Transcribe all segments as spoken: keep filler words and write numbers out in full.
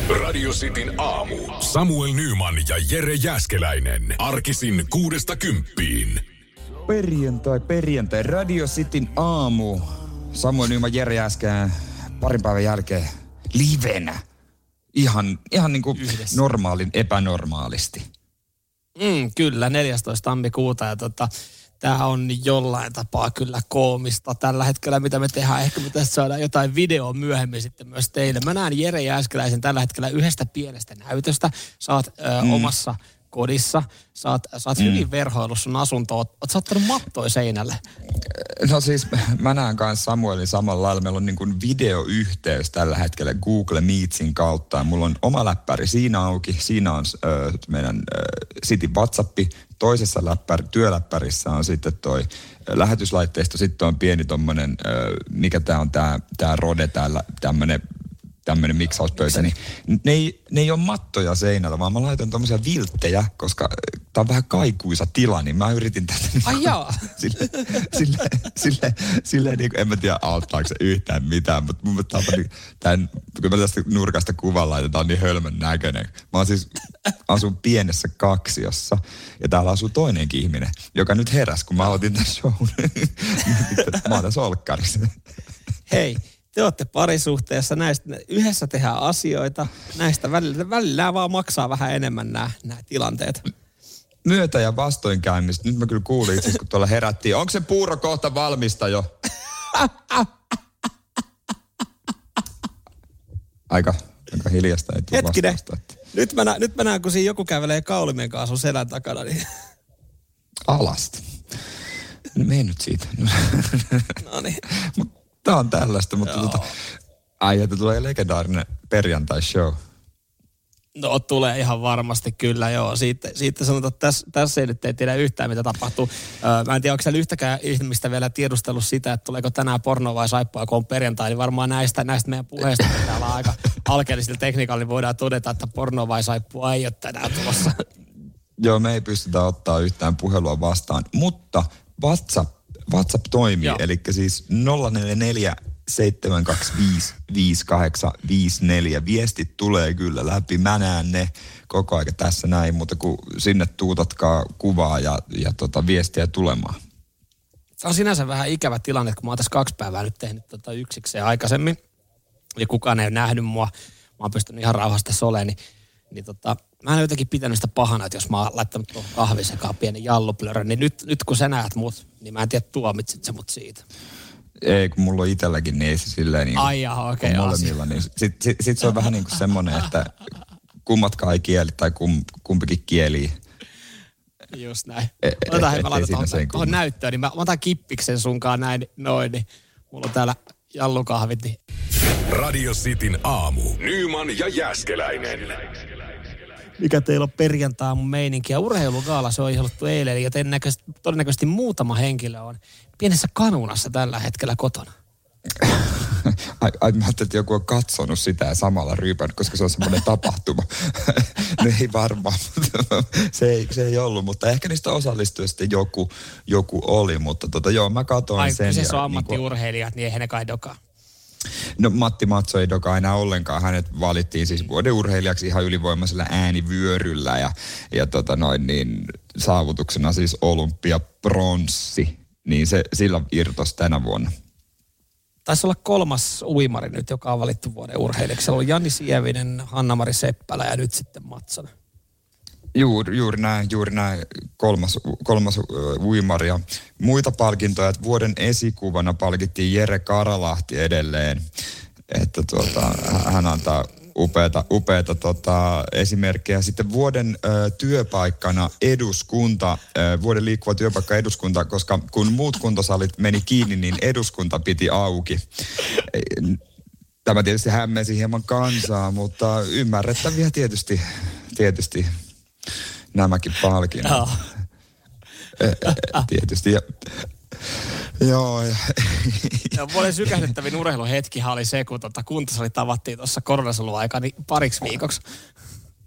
Radio Cityn aamu. Samuel Nyman ja Jere Jääskeläinen. Arkisin kuudesta kymppiin. Perjantai, perjantai. Radio Cityn aamu. Samuel Nyman, Jere Jääskeläinen parin päivän jälkeen livenä. Ihan, ihan niin kuin normaalin epänormaalisti. Mm, kyllä, neljästoista tammikuuta ja tota, tämä on jollain tapaa kyllä koomista tällä hetkellä, mitä me tehdään. Ehkä me tästä saadaan jotain videoa myöhemmin sitten myös teille. Mä näen Jere Jääskeläisen tällä hetkellä yhdestä pienestä näytöstä. Sä oot ö, mm. omassa kodissa. Sä oot, sä oot mm. hyvin verhoillut sun asuntoa. Oot, oot sä ottanut mattoja seinälle? No siis mä näen kanssa Samuelin samalla lailla. Meillä on niin kuin videoyhteys tällä hetkellä Google Meetsin kautta. Mulla on oma läppäri siinä auki. Siinä on äh, meidän äh, Cityn WhatsAppi. Toisessa läppäri, työläppärissä on sitten toi lähetyslaitteisto. Sitten on pieni tommonen, äh, mikä tää on tää, tää Rode täällä, tämmönen tämmöinen miksauspöytä, niin ne ei, ne ei ole mattoja seinällä, vaan mä laitan tommosia vilttejä, koska tää on vähän kaikuisa tila, niin mä yritin tätä niin Ai jaa. Sille, sille, sille, sille niin kuin, en mä tiedä auttaako se yhtään mitään, mutta mun mielestä tää on tämän, kun mä tästä nurkasta kuvan laitan, tää on niin hölmön näköinen. Mä oon siis, asun pienessä kaksiossa, ja täällä asuu toinenkin ihminen, joka nyt heräsi, kun mä aloitin tämän shown. Mä oon tässä olkkarissa. Hei. Te olette parisuhteessa, näistä yhdessä tehdään asioita, näistä välillä, välillä vaan maksaa vähän enemmän nämä, nämä tilanteet. Myötä- ja vastoinkäymistä. Nyt mä kyllä kuulin itse, kun tuolla herättiin. Onko se puuro kohta valmista jo? Aika, aika hiljasta ei tule Hetkinen. vastausta. Nyt mä, näen, nyt mä näen, kun siinä joku kävelee kaulimen kanssa sun selän takana. Niin... Alasta. No mene nyt siitä. No niin. Tää on tällaista, mutta tota, ai, että tulee legendaarinen perjantai-show. No tulee ihan varmasti kyllä, joo. Siitä, siitä sanotaan, että tässä, tässä ei nyt ei tiedä yhtään, mitä tapahtuu. Öö, mä en tiedä, onko siellä yhtäkään ihmistä vielä tiedustellut sitä, että tuleeko tänään porno vai saippua, kun on perjantai. Niin varmaan näistä, näistä meidän puheista, mitä täällä on aika alkeellisilla tekniikalla, niin voidaan todeta, että porno vai saippua ei ole tänään tulossa. Joo, me ei pystytä ottaa yhtään puhelua vastaan, mutta WhatsApp, WhatsApp toimii, joo. Eli siis nolla neljä neljä seitsemän kaksi viisi viisi kahdeksan viisi neljä. Viestit tulee kyllä läpi. Mä näen ne koko ajan tässä näin, mutta kun sinne tuutatkaa kuvaa ja, ja tota viestiä tulemaan. Se on sinänsä vähän ikävä tilanne, kun mä oon tässä kaksi päivää nyt tehnyt tota yksikseen aikaisemmin. Ja kukaan ei ole nähnyt mua. Mä oon pystynyt ihan rauhassa tässä olemaan, niin, niin tota, mä en jotenkin pitänyt sitä pahana, että jos mä oon laittanut tuohon kahvisekaan pienen jalluplörön, niin nyt, nyt kun sä näet mut, niin mä en tiedä tuomitsit sä mut siitä. Ei, kun mulla on itselläkin, niin ei se silleen niin ai jaha, okei. Okay, molemmilla, niin sit, sit, sit se on vähän niin kuin semmoinen, että kummatkaan ei kieli tai kum, kumpikin kieli. Just näin. Otetaan, hei, mä laitan tuohon, tuohon näyttöön, niin mä, mä otan kippiksen sunkaan näin, noin, niin mulla on täällä jallukahvit. Niin. Radio Cityn aamu. Nyman ja Jääskeläinen. Mikä teillä on perjantai-aamun meininki? Ja urheilugaala, se on ihottu eilen, ja todennäköisesti muutama henkilö on pienessä kanunassa tällä hetkellä kotona. Ai, ai mä ajattelin, että joku on katsonut sitä ja samalla ryypännyt, koska se on semmoinen tapahtuma. No ei varmaan, se ei, se ei ollut, mutta ehkä niistä osallistujista joku, joku oli, mutta tota, joo, mä katoin ai, sen. Ai se on ammattiurheilijat, niin eihän ne kai dokaa. No Matti Matso ei dokaa enää ollenkaan. Hänet valittiin siis vuoden urheilijaksi ihan ylivoimaisella äänivyöryllä ja, ja tota noin niin saavutuksena siis olympiapronssi. Niin se sillä irtosi tänä vuonna. Taisi olla kolmas uimari nyt, joka on valittu vuoden urheilijaksi. Se on Jani Sievinen, Hanna-Mari Seppälä ja nyt sitten Matsonen. Juuri, juuri näin, juuri näin. Kolmas, kolmas uh, uimari. Ja muita palkintoja, että vuoden esikuvana palkittiin Jere Karalahti edelleen. Että tuota, hän antaa upeata, upeata tota, esimerkkejä. Sitten vuoden ö, työpaikkana eduskunta, ö, vuoden liikkuva työpaikka eduskunta, koska kun muut kuntosalit meni kiinni, niin eduskunta piti auki. Tämä tietysti hämmensi hieman kansaa, mutta ymmärrettäviä tietysti, tietysti nämäkin palkinnot. No. Tietysti. Ja, joo. Ja, ja vuoden sykähdyttävin urheiluhetkihan oli se, kun tuota kuntosali tavattiin tuossa koronasulun aikaa niin pariksi viikoksi.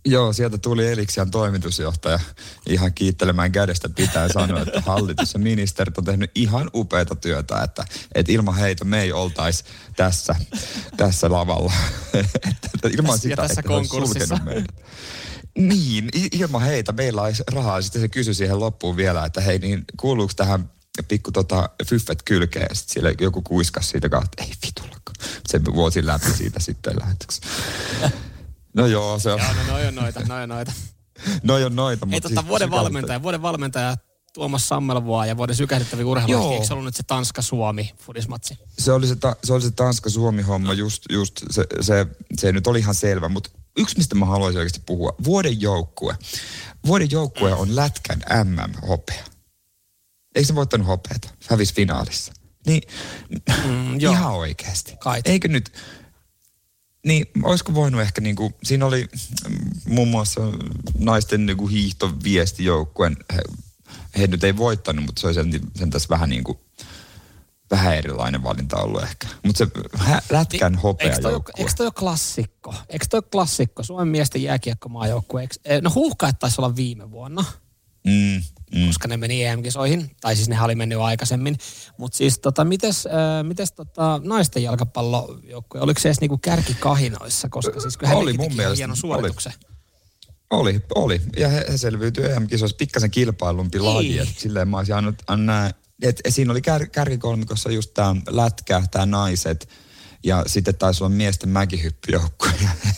Joo, sieltä tuli Elixian toimitusjohtaja ihan kiittelemään kädestä pitää sanoa, että hallitus ja ministerit on tehnyt ihan upeata työtä, että, että ilman heitä me ei oltaisi tässä, tässä lavalla. että ilman sitä, ja tässä että he olisi sulkenut meidät. Niin, ilman heitä meillä olisi rahaa. Sitten se kysyi siihen loppuun vielä, että hei, niin kuuluuko tähän pikku tota fyffet kylkeen? Sitten siellä joku kuiskasi siitä kautta, ei vitullakaan. Se vuosi läpi siitä sitten lähetyksi. No joo, se on. Joo, no noi on noita, noi on noita. noi on noita, mutta Ei tota, siis vuoden valmentaja, vuoden valmentaja Tuomas Sammelvoa ja vuoden sykähdyttäviä urheiluja. Eikö se ollut nyt se Tanska-Suomi-fudismatsi? Se oli se, ta, se, oli se Tanska-Suomi-homma, just, just se, se, se nyt oli ihan selvä, mutta yksi, mistä mä haluaisin oikeasti puhua, vuoden joukkue. Vuoden joukkue on Lätkän M M-hopea. Eikö se voittanut hopeata? Hävisi finaalissa. Niin, mm, ihan oikeasti. Kait. Eikö nyt, niin olisiko voinut ehkä niinku, siinä oli muun muassa naisten niinku hiihtoviestijoukkueen, he, he nyt ei voittanut, mutta se oli sen, sen tässä vähän niinku, vähän erilainen valinta ollut ehkä. Mutta se hä, Lätkän niin, hopeajoukkue. Eikö toi ole klassikko? Eikö toi ole klassikko? Suomen miesten jääkiekkomaajoukkue. No Huuhkajat taisi olla viime vuonna. Mm, mm. Koska ne meni E M-kisoihin. Tai siis nehän oli mennyt jo aikaisemmin. Mutta siis tota, mites, äh, mites tota, naisten jalkapallojoukkue? Oliko se edes niinku kärkikahinoissa? Koska siis kyllä oli mun mielestä. Hienon suorituksen. Oli, oli. Ja he, he selviytyi E M-kisoissa pikkasen kilpailumpi laji. Että silleen mä olisin annut, anna, et, et siinä oli kär, kärkikolmikossa just tää lätkä, tää naiset. Ja sitten taisi olla miesten mäkihyppyjoukkue.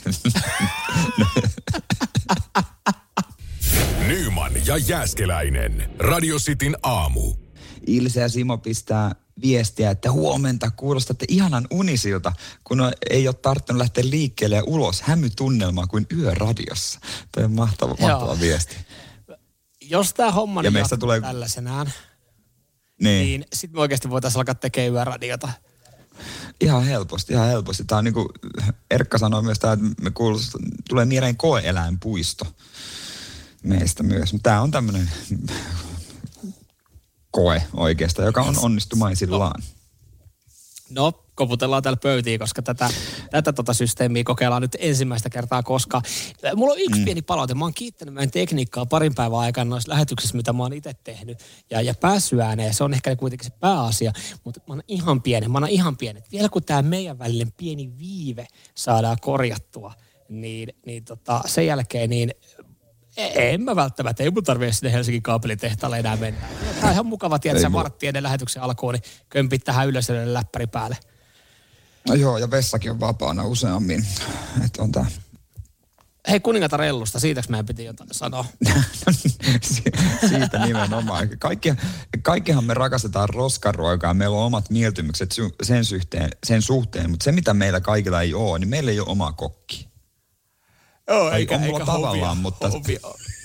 Nyman ja Jääskeläinen. Radio Cityn aamu. Ilse ja Simo pistää viestiä, että huomenta kuulostatte ihanan unisilta, kun ei ole tarttunut lähteä liikkeelle ja ulos hämytunnelmaa kuin yöradiossa. Tämä on mahtava, mahtava viesti. Jos tämä homma ja jatkuu tulee tällaisenään, niin, niin sitten me oikeasti voitaisiin alkaa tekemään yöradiota. Ihan helposti, ihan helposti. Tämä on niin kuin Erkka sanoi myös, että me kuulostaa, tulee mieleen koe-eläinpuisto meistä myös. Tämä on tämmöinen koe oikeastaan, joka on onnistumaisillaan. No, koputellaan täällä pöytiin, koska tätä, tätä tota systeemiä kokeillaan nyt ensimmäistä kertaa koskaan. Mulla on yksi mm. pieni palaute. Mä oon kiittänyt meidän tekniikkaa parin päivän aikana noissa lähetyksissä, mitä mä oon itse tehnyt. Ja, ja päässyt ääneen, se on ehkä kuitenkin se pääasia. Mutta mä oon ihan pieni, mä oon ihan pieni. Vielä kun tää meidän välinen pieni viive saadaan korjattua, niin, niin tota, sen jälkeen niin en mä välttämättä, ei mun tarvitse sinne Helsingin kaapelitehtaalle enää mennä. Tämä on ihan mukava tiedä, että vartti ennen lähetyksen alkuun, niin kömpit tähän ylöselle läppäri päälle. No joo, ja vessakin on vapaana useammin. Että on tää. Hei, kuningatar Ellusta, siitäks meidän piti jotain sanoa? Siitä nimenomaan. Kaikki, kaikkihan me rakastetaan roskaruokaa, meillä on omat mieltymykset sen suhteen, sen suhteen, mutta se mitä meillä kaikilla ei ole, niin meillä ei ole omaa kokki. Joo, eikä, on mulla eikä tavallaan, hovia, mutta hovia.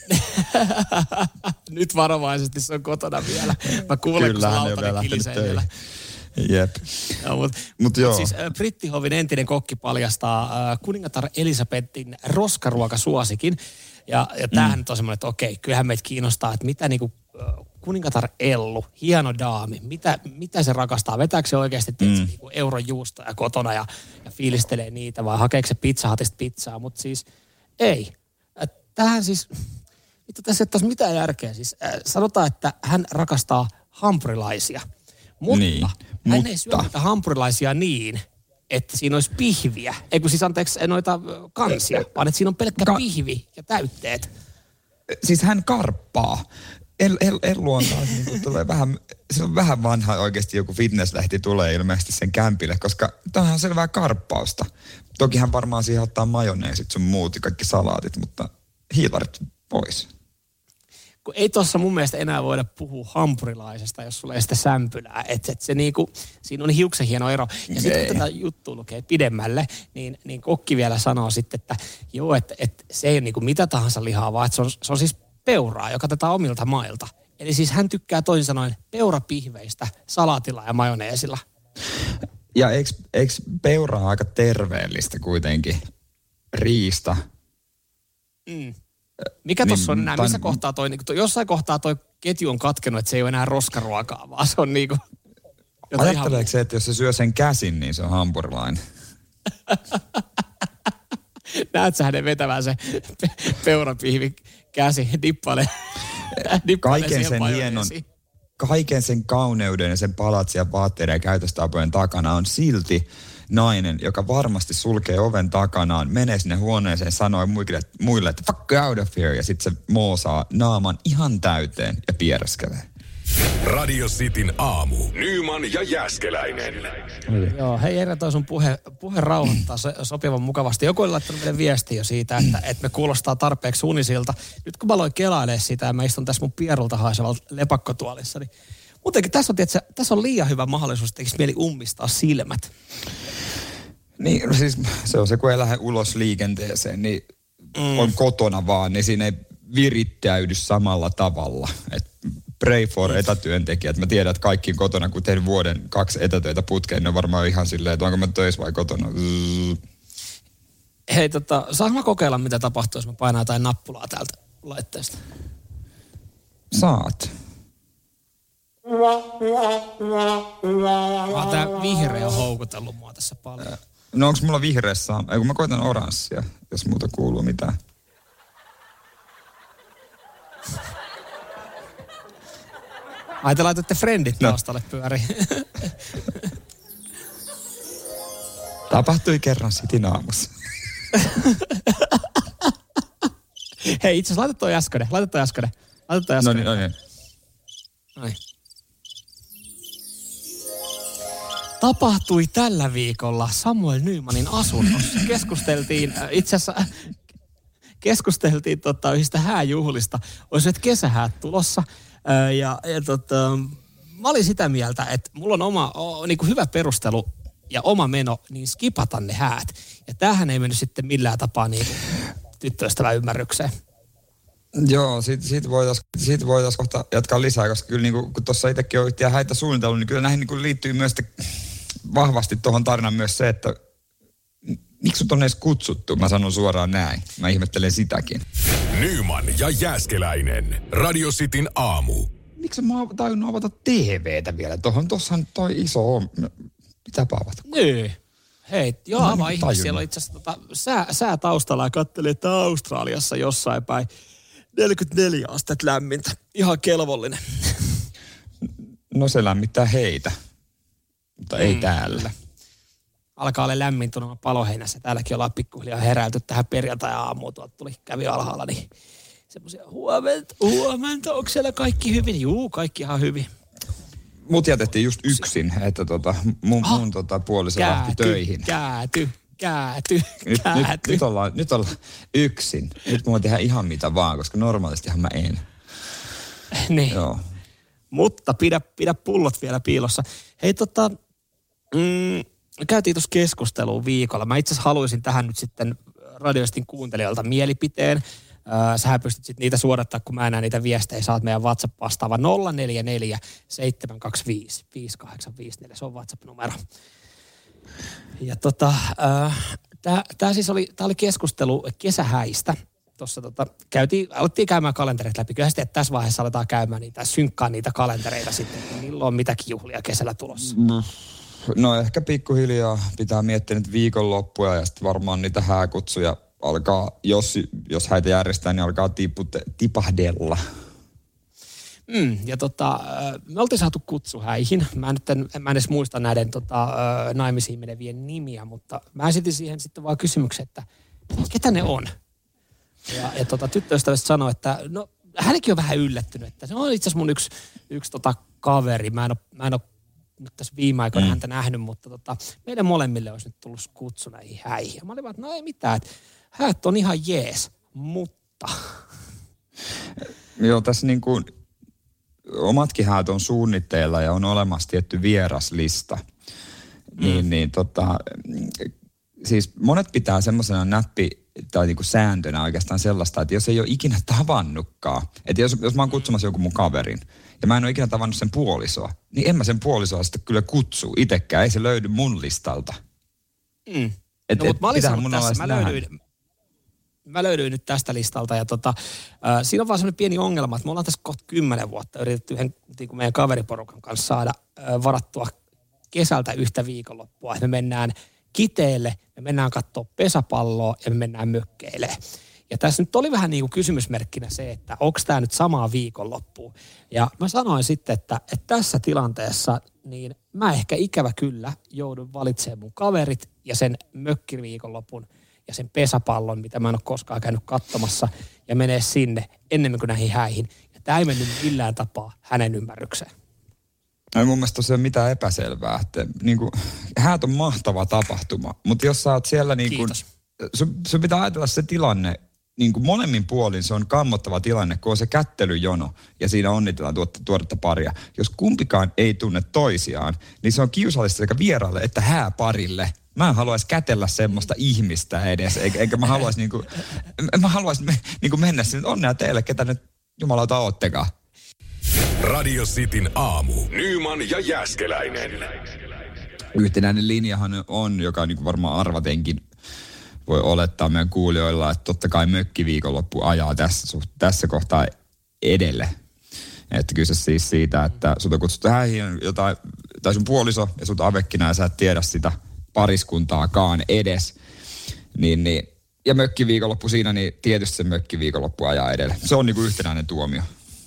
Nyt varovaisesti se on kotona vielä. Mä kuulen, kun se lautanen kilisee vielä. Jep. No, mutta mut mut siis äh, Brittihovin entinen kokki paljastaa äh, kuningatar Elisabetin roskaruokasuosikin. Ja, ja tämähän mm. on semmoinen, että okei, kyllähän meitä kiinnostaa, että mitä niinku äh, kuningatar Ellu, hieno daami, mitä, mitä se rakastaa? Vetääkö se oikeasti mm. niinku euron juustoja kotona ja, ja fiilistelee niitä vai hakeeko se Pizza Hutista pizzaa? Mutta siis ei. Tähän siis, mitä tässä ei ole mitään järkeä. Siis, äh, sanotaan, että hän rakastaa hampurilaisia. Mutta niin, hän mutta ei syö niitä hampurilaisia niin, että siinä olisi pihviä. Ei kun siis anteeksi noita kansia, vaan että siinä on pelkkä Ka- pihvi ja täytteet. Siis hän karppaa. El, el, Ellu on taas niin tulee vähän, se on vähän vanha oikeasti joku fitnesslehti tulee ilmeisesti sen kämpille, koska tämä on selvää karppausta. Toki hän varmaan siihen ottaa majoneesit sun muut ja kaikki salaatit, mutta hiilarit pois. Kun ei tuossa mun mielestä enää voida puhua hampurilaisesta, jos sulla ei sitä sämpylää. Että et se niinku, siinä on hiuksen hieno ero. Ja sitten kun tätä juttua lukee pidemmälle, niin, niin kokki vielä sanoo sitten, että joo, että et se ei ole niinku mitä tahansa lihaa, vaan että se on, se on siis peuraa, joka tätä omilta mailta. Eli siis hän tykkää toisin sanoen peurapihveistä, salaatilla ja majoneesilla. Ja eikö, eikö peuraa aika terveellistä kuitenkin? Riista. Mm. Mikä tuossa niin, on enää? Missä kohtaa toi, niin, jossain kohtaa toi ketju on katkenut, että se ei ole enää roskaruokaa, vaan se on niinku... Ajatteleeko se, että jos se syö sen käsin, niin se on hampurilainen? Näet sä hänen vetämään se pe- peurapihvi käsi, dippailee. Kaiken sen hienon, kaiken sen kauneuden ja sen palatsi ja vaatteiden ja käytöstapojen takana on silti nainen, joka varmasti sulkee oven takanaan, menee sinne huoneeseen, sanoo muille, muille että fuck out of here, ja sitten se moosaa naaman ihan täyteen ja piereskelee. Radio Cityn aamu. Nyman ja Jääskeläinen. Joo, hei Jere, toi sun puhe, puhe rauhoittaa se, sopivan mukavasti. Joku oli laittanut meille viestiä jo siitä, että, että me kuulostaa tarpeeksi unisilta. Nyt kun mä aloin kelailemaan sitä ja mä istun tässä mun pierulta haisevalla lepakkotuolissa, niin muutenkin tässä on, tiedätkö, tässä on liian hyvä mahdollisuus, teikö mieli ummistaa silmät. Niin, no siis se on se, kun ei lähde ulos liikenteeseen, niin mm. on kotona vaan, niin siinä ei virittäydy samalla tavalla. Et pray for etätyöntekijät. Mä tiedän, että kaikki kotona, kun tein vuoden kaksi etätöitä putkeen, ne on varmaan ihan silleen, että onko mä töissä vai kotona. Hei, tota, saanko mä kokeilla, mitä tapahtuu, jos mä painaa jotain nappulaa täältä laitteesta? Saat. Ah, tää vihreä on houkutellut mua tässä paljon. No onks mulla vihreässä? Ei kun mä koitan oranssia, jos muuta kuuluu mitään. Ai te laitatte friendit no. taustalle pyöriin. Tapahtui kerran Cityn aamussa. Hei, itse asiassa laita toi äskeinen, laita toi äskeinen. Laita toi äskeinen. No niin, no niin. Noin. Tapahtui tällä viikolla Samuel Nymanin asunnossa. Keskusteltiin äh, itse asiassa... Äh, keskusteltiin tota, yhdistä hääjuhlista. Olisi nyt kesähäät tulossa. Äh, ja ja tota, mä olin sitä mieltä, että mulla on oma o, niin kuin hyvä perustelu ja oma meno, niin skipata ne häät. Ja tämähän ei mennyt sitten millään tapaa niin tyttöystävän ymmärrykseen. Joo, siitä, siitä voitaisiin siitä voitais kohta jatkaa lisää, koska kyllä niin kuin, kun tuossa itsekin on yhtiä häitä suunnitellut, niin kyllä näihin niin kuin liittyy myös vahvasti tuohon tarinaan myös se, että miksi sut on edes kutsuttu? Mä sanon suoraan näin. Mä ihmettelen sitäkin. Nyman ja Jääskeläinen. Radio Cityn aamu. Miksi mä oon tajunnut avata T V:tä vielä? Tuohon tossahan toi iso on. Pitääpä avata. Niin. Hei, joo, mä avaa ihme. Siellä on itse asiassa tota, sää, sää taustalla ja katselin, että Australiassa jossain päin neljäkymmentäneljä astetta lämmintä. Ihan kelvollinen. No se lämmittää heitä, mutta mm. ei täällä. Alkaa olla lämmintunut paloheinässä. Täälläkin ollaan pikkuhiljaa heräilty tähän perjantai-aamuun. Tuolta tuli, kävi alhaalla, niin semmoisia huomenta, huomenta. Onko siellä kaikki hyvin? Juu, kaikki ihan hyvin. Mut jätettiin just yksin, että tota, mun, mun tota, puoliso lähti töihin. Kääty, kääty, nyt, kääty. Nyt, nyt, ollaan, nyt ollaan yksin. Nyt mä voin tehdä ihan mitä vaan, koska normaalistihan mä en. Niin. Joo. Mutta pidä, pidä pullot vielä piilossa. Hei tota, mm, käytiin tuossa keskusteluun viikolla. Mä itse asiassa haluaisin tähän nyt sitten radioistin kuuntelijoilta mielipiteen. Öö, sähän pystyt sitten niitä suodattaa, kun mä näen niitä viestejä. Saat meidän WhatsApp-vastaava nolla neljä neljä seitsemän kaksi viisi viisi kahdeksan viisi neljä. Se on WhatsApp-numero. Ja tota, öö, tää, tää siis oli, tää oli keskustelu kesähäistä. Tuossa tota, käytiin, alettiin käymään kalenterit läpi. Kyllä sitten, että tässä vaiheessa aletaan käymään niitä, synkkaa niitä kalentereita sitten. Milloin on mitäkin juhlia kesällä tulossa? No ehkä pikkuhiljaa pitää miettiä nyt viikonloppuja ja sitten varmaan niitä hääkutsuja alkaa, jos, jos häitä järjestää, niin alkaa tipute, tipahdella. Mm, ja tota, me oltiin saatu kutsu häihin. Mä, nyt en, mä en edes muista näiden tota, naimisiin menevien nimiä, mutta mä esitin siihen sitten vaan kysymyksen, että ketä ne on? Ja, ja tota, tyttöystävästä sanoi, että no hänkin on vähän yllättynyt, että se on itse asiassa mun yksi, yksi tota, kaveri. Mä en ole, mä en ole nyt tässä viime aikoina mm. häntä nähnyt, mutta tota, meidän molemmille olisi nyt tullut kutsu näihin häihin. Ja mä olin vaan, että no ei mitään, että häät on ihan jees, mutta... Joo, tässä niin kuin omatkin häät on suunnitteilla ja on olemassa tietty vieraslista. Mm. Niin, niin tota, siis monet pitää semmoisena näppi tai niinku sääntönä oikeastaan sellaista, että jos ei ole ikinä tavannutkaan, että jos, jos mä oon kutsumassa joku mun kaverin ja mä en ole ikinä tavannut sen puolisoa, niin en mä sen puolisoa sitten kyllä kutsu itsekään, ei se löydy mun listalta. Mm. Et, no, et, mutta mä olin sanonut tässä, mä löydyin, mä löydyin nyt tästä listalta ja tota, äh, siinä on vaan semmoinen pieni ongelma, että me ollaan tässä kohta kymmenen vuotta yritetty yhden niin kuin meidän kaveriporukan kanssa saada äh, varattua kesältä yhtä viikonloppua, että me mennään Kiteelle, me mennään katsoa pesäpalloa ja me mennään mökkeilemään. Ja tässä nyt oli vähän niin kuin kysymysmerkkinä se, että onko tämä nyt samaa viikonloppua. Ja mä sanoin sitten, että, että tässä tilanteessa niin mä ehkä ikävä kyllä joudun valitsemaan mun kaverit ja sen mökkiviikonlopun ja sen pesäpallon, mitä mä en ole koskaan käynyt katsomassa, ja menee sinne ennemmin kuin näihin häihin. Ja tämä ei mennyt millään tapaa hänen ymmärrykseen. Ei mun mielestä tosiaan mitään epäselvää. Että, niin kuin, häät on mahtava tapahtuma, mutta jos sä oot siellä niin kuin, sun, sun pitää ajatella se tilanne, niin kuin molemmin puolin se on kammottava tilanne, kun on se kättelyjono ja siinä onnitellaan tuotta, tuoretta paria. Jos kumpikaan ei tunne toisiaan, niin se on kiusallista sekä vieraalle että hääparille. Mä en haluaisi kätellä semmoista ihmistä edes, eikä, eikä mä haluaisi niinku, mä haluaisi me, niinku mennä sinne. Onnea teille, ketä nyt jumalauta oottekaan. Radio Cityn aamu. Nyman ja Jääskeläinen. Yhtenäinen linjahan on, joka niinku varmaan arvatenkin voi olettaa meidän kuulijoilla, että totta kai mökkiviikonloppu ajaa tässä, tässä kohtaa edelle. Että kyse siis siitä, että sut on kutsuttu häihin jotain, tai sun puoliso ja sut avekkina ja sä et tiedä sitä pariskuntaakaan edes. Niin, niin, ja mökkiviikonloppu siinä, niin tietysti se mökkiviikonloppu ajaa edelle. Se on niinku yhtenäinen tuomio.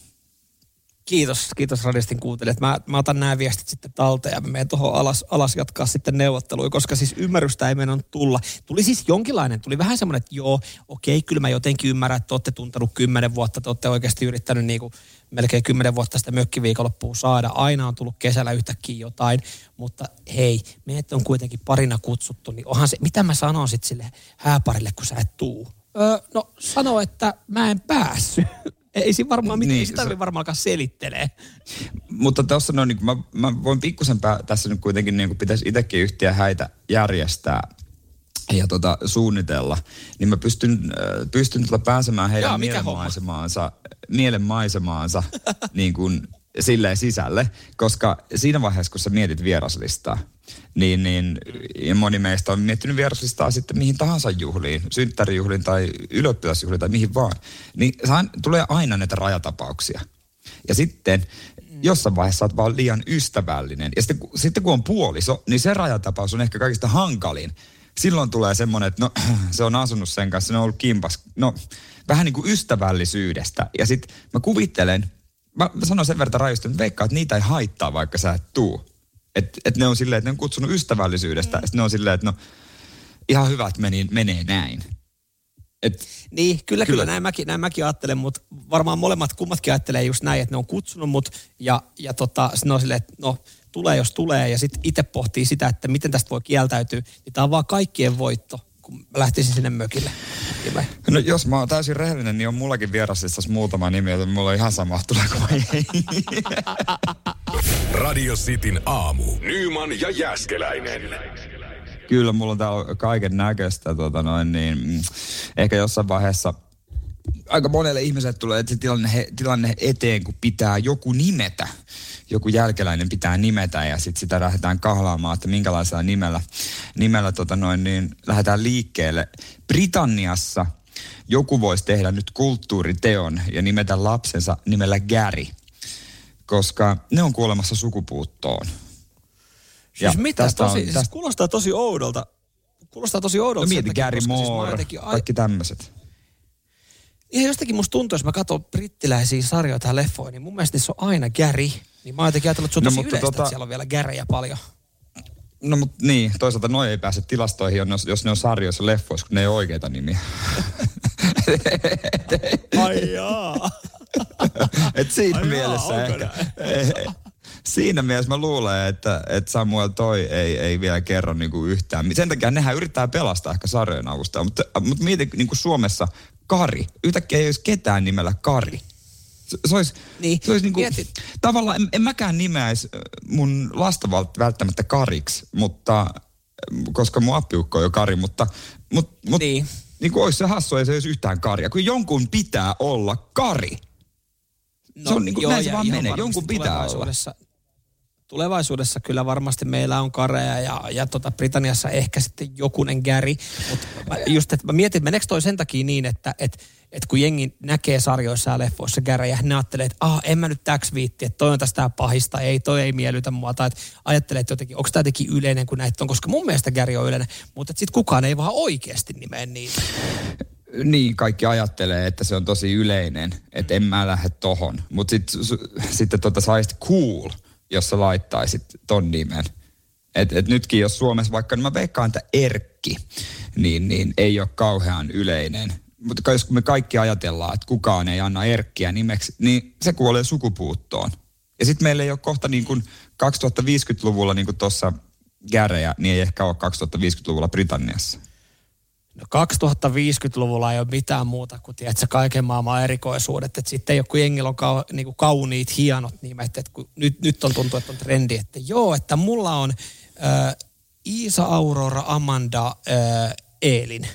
Kiitos, kiitos radistin kuuntelijat. Mä, mä otan nämä viestit sitten talteen ja mä menen tuohon alas, alas jatkaa sitten neuvotteluja, koska siis ymmärrystä ei mennä tulla. Tuli siis jonkinlainen, tuli vähän semmoinen, että joo, okei, kyllä mä jotenkin ymmärrän, että te olette tuntenut kymmenen vuotta, te olette oikeasti yrittänyt niin kuin melkein kymmenen vuotta sitä mökkiviikonloppua saada. Aina on tullut kesällä yhtäkkiä jotain, mutta hei, meidät on kuitenkin parina kutsuttu, niin onhan se, mitä mä sanon sitten sille hääparille, kun sä et tuu? Öö, no sano, että mä en päässyt. Ei siinä varmaan mitään, niin, ei sitä tarvitse varmaan alkaa selittelee. Mutta tuossa no, niin mä, mä voin pikkusen pää, tässä nyt kuitenkin niin pitäisi itsekin yhtiä häitä järjestää ja tota, suunnitella, niin mä pystyn, äh, pystyn tota pääsemään heidän Jaa, mielenmaisemaansa, mielenmaisemaansa niin kuin silleen sisälle, koska siinä vaiheessa, kun sä mietit vieraslistaa, niin, niin ja moni meistä on miettinyt vieraslistaa sitten mihin tahansa juhliin, synttärijuhliin tai ylioppilasjuhliin tai mihin vaan, niin saan, tulee aina näitä rajatapauksia. Ja sitten jossain vaiheessa olet vaan liian ystävällinen. Ja sitten, sitten kun on puoliso, niin se rajatapaus on ehkä kaikista hankalin. Silloin tulee semmoinen, että no se on asunut sen kanssa, se on ollut kimpas. No vähän niin kuin ystävällisyydestä. Ja sitten mä kuvittelen, mä sanon sen verran rajusti, että veikkaan, että niitä ei haittaa, vaikka sä et tuu. Että et ne on silleen, että ne on kutsunut ystävällisyydestä. Mm. Ja sitten ne on silleen, että no ihan hyvä, että meni, menee näin. Et, niin, kyllä, kyllä, kyllä näin, mäkin, näin mäkin ajattelen, mutta varmaan molemmat kummatkin ajattelee just näin, että ne on kutsunut mut ja, ja tota, sitten ne on silleen, että no tulee jos tulee ja sitten itse pohtii sitä, että miten tästä voi kieltäytyä. Niin tämä on vaan kaikkien voitto, kun mä lähtisin sinne mökille. No jos mä oon täysin rehellinen, niin on mullakin vieraslistassa muutama nimi, joten mulla on ihan sama, tuleeko vai ei. Radio Cityn aamu. Nyman ja Jääskeläinen. Kyllä, mulla on täällä kaiken näköistä, tota noin, niin ehkä jossain vaiheessa aika monelle ihmiselle tulee että se tilanne, tilanne eteen, kun pitää joku nimetä. Joku jälkeläinen pitää nimetä ja sitten sitä lähdetään kahlaamaan, että minkälaisella nimellä, nimellä tota noin, niin lähdetään liikkeelle. Britanniassa joku voisi tehdä nyt kulttuuriteon ja nimetä lapsensa nimellä Gary, koska ne on kuolemassa sukupuuttoon. Siis mitä? Tosi, on, siis kuulostaa tosi oudolta. Kuulostaa tosi oudolta. No mieti, Gary Moore, siis kaikki tämmöiset. Ihan jostakin musta tuntuu, jos mä katson brittiläisiä sarjoja tai leffoja, niin mun mielestä niissä on aina Gary. Niin mä oon jotenkin ajatellut, että se on no, tosi yleistä, tota, että siellä on vielä Garyjä paljon. No mutta niin, toisaalta noi ei pääse tilastoihin, jos ne on sarjoissa ja leffoissa, kun ne ei ole oikeita nimiä. Ai jaa. Et siinä Ai mielessä jaa, ehkä... Siinä mielessä mä luulen, että, että Samuel toi ei, ei vielä kerro niinku yhtään. Sen takia nehän yrittää pelastaa ehkä sarjojen avusta. Mutta, mutta mietin niinku Suomessa Kari. Yhtäkkiä ei olisi ketään nimellä Kari. Se, se olisi, niin. se olisi niinku, tavallaan en, en mäkään nimeäisi mun lasta välttämättä Kariksi, mutta, koska mun appiukko on jo Kari, mutta, mutta, mutta niin. Niin kuin olisi se hassu, ei se olisi yhtään Karia. Kun jonkun pitää olla Kari. No, se on niin kuin, joo, näin se vaan menee. Jonkun pitää olla. tulevaisuudessa kyllä varmasti meillä on kareja ja, ja tota Britanniassa ehkä sitten jokunen Gary. Mutta just, että mä mietin, että meneekö toi sen takia niin, että et, et kun jengi näkee sarjoissa ja leffoissa Garyjä, ne ajattelee, että ah, en mä nyt täks viitti, että toi on tästä pahista, ei, toi ei miellytä mua. Tai että ajattelee, että jotenkin, onko tämä jotenkin yleinen kuin näitä on, koska mun mielestä Gary on yleinen, mutta sitten kukaan ei vaan oikeasti nimeen niitä. Niin, kaikki ajattelee, että se on tosi yleinen, että en mä lähde tohon. Mutta sitten sit, tota, saisit cool, jos sä laittaisit ton nimen. Et, et nytkin, jos Suomessa vaikka, niin mä veikkaan, että Erkki, niin, niin ei ole kauhean yleinen. Mutta jos me kaikki ajatellaan, että kukaan ei anna Erkkiä nimeksi, niin se kuolee sukupuuttoon. Ja sitten meillä ei ole kohta niin kuin kaksituhattaviisikymmentäluvulla, niin kuin tuossa Garejä, niin ei ehkä ole kaksituhattaviisikymmentäluvulla Britanniassa. No kaksituhattaviisikymmentäluvulla ei ole mitään muuta kuin tiedätkö, kaiken maailman erikoisuudet. Että sitten ei ole, kun jengillä on kau, niin kuin kauniit, hienot nimet. Että kun nyt, nyt on tuntuu, että on trendi, että joo, että mulla on äh, Iisa, Aurora, Amanda, äh, Eelin.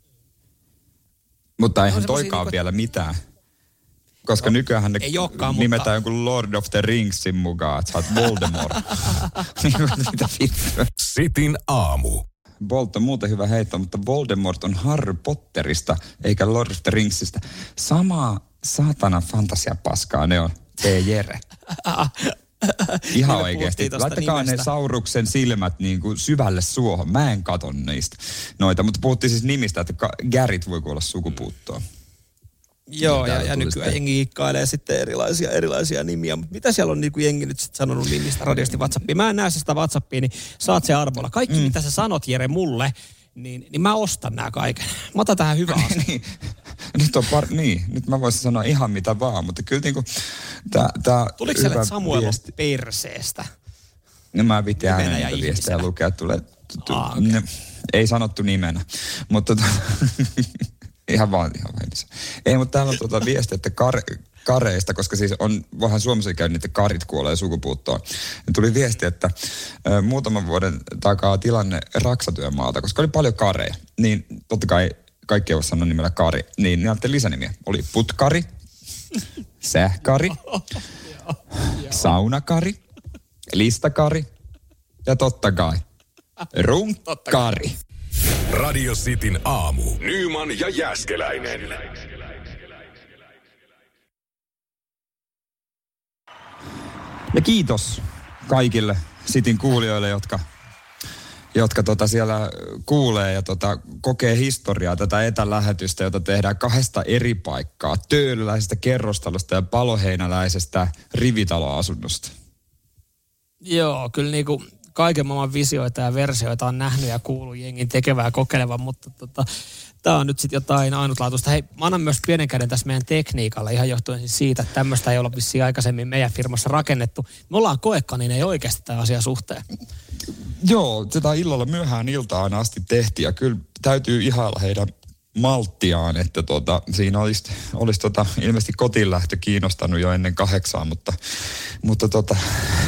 Mutta eihän toikaan niin vielä mitään. Koska no, nykyään ne nimetään mutta... jonkun Lord of the Ringsin mukaan, että sä oot Voldemort. Mitä vittua? Sitin aamu. Bolt on muuten hyvä heitto, mutta Voldemort on Harry Potterista, eikä Lord of the Ringsistä. Samaa saatana fantasiapaskaa ne on, tee Jere. Ihan oikeasti. Laittakaa nimestä. Ne Sauruksen silmät niin kuin syvälle suohon. Mä en kato niistä noita, mutta puhuttiin siis nimistä, että Garyt voi kuolla sukupuuttoon. Joo, ja, ja, ja nykyään jengi ikkailee sitten erilaisia, erilaisia nimiä. Mutta mitä siellä on niin kuin jengi nyt sitten sanonut nimistä radiosti WhatsAppiin? Mä en näe sitä WhatsAppia, niin saat se armolla. Kaikki, mm. mitä sä sanot, Jere, mulle, niin, niin mä ostan nämä kaiken. Mä otan tähän hyvää asiaa. niin, nyt on par... niin, nyt mä voisin sanoa ihan mitä vaan, mutta kyllä niinku tää, tää tuliko siellä, että Samuel viesti... on perseestä? No mä vitin ääneen niitä viestejä lukea. Tulee, ah, okay. ne, ei sanottu nimenä, mutta... Ihan vaan, ihan vaan. Ei, mutta täällä on tuota viesti, että kar, kareista, koska siis on, voihan Suomessa käydä, että karit kuolee sukupuuttoon. Ja tuli viesti, että ö, muutaman vuoden takaa tilanne Raksatyömaalta, koska oli paljon kareja, niin totta kai kaikki ei voi sanoa nimellä kari, niin ne antaa lisänimiä. Oli putkari, sähkari, saunakari, listakari ja totta kai runkkari. Radio Cityn aamu. Nyman ja Jääskeläinen. Ja kiitos kaikille Cityn kuulijoille, jotka, jotka tota siellä kuulee ja tota kokee historiaa tätä etälähetystä, jota tehdään kahdesta eri paikkaa. Töölöläisestä kerrostalosta ja paloheinäläisestä rivitaloasunnosta. Joo, kyllä niinku... kaiken maailman visioita ja versioita on nähnyt ja kuullut jengin tekevää ja kokelevan, mutta tota, tämä on nyt sitten jotain ainutlaatuista. Hei, mä annan myös pienen käden tässä meidän tekniikalla ihan johtuen siis siitä, että tämmöistä ei olla vissiin aikaisemmin meidän firmassa rakennettu. Me ollaan koekanineja niin oikeasti tämän asian suhteen. Joo, tätä illalla myöhään iltaan asti tehtiin ja kyllä täytyy ihailla heidän malttiaan, että tota, siinä olisi, olisi tota, ilmeisesti kotiinlähtö kiinnostanut jo ennen kahdeksaa, mutta, mutta tota...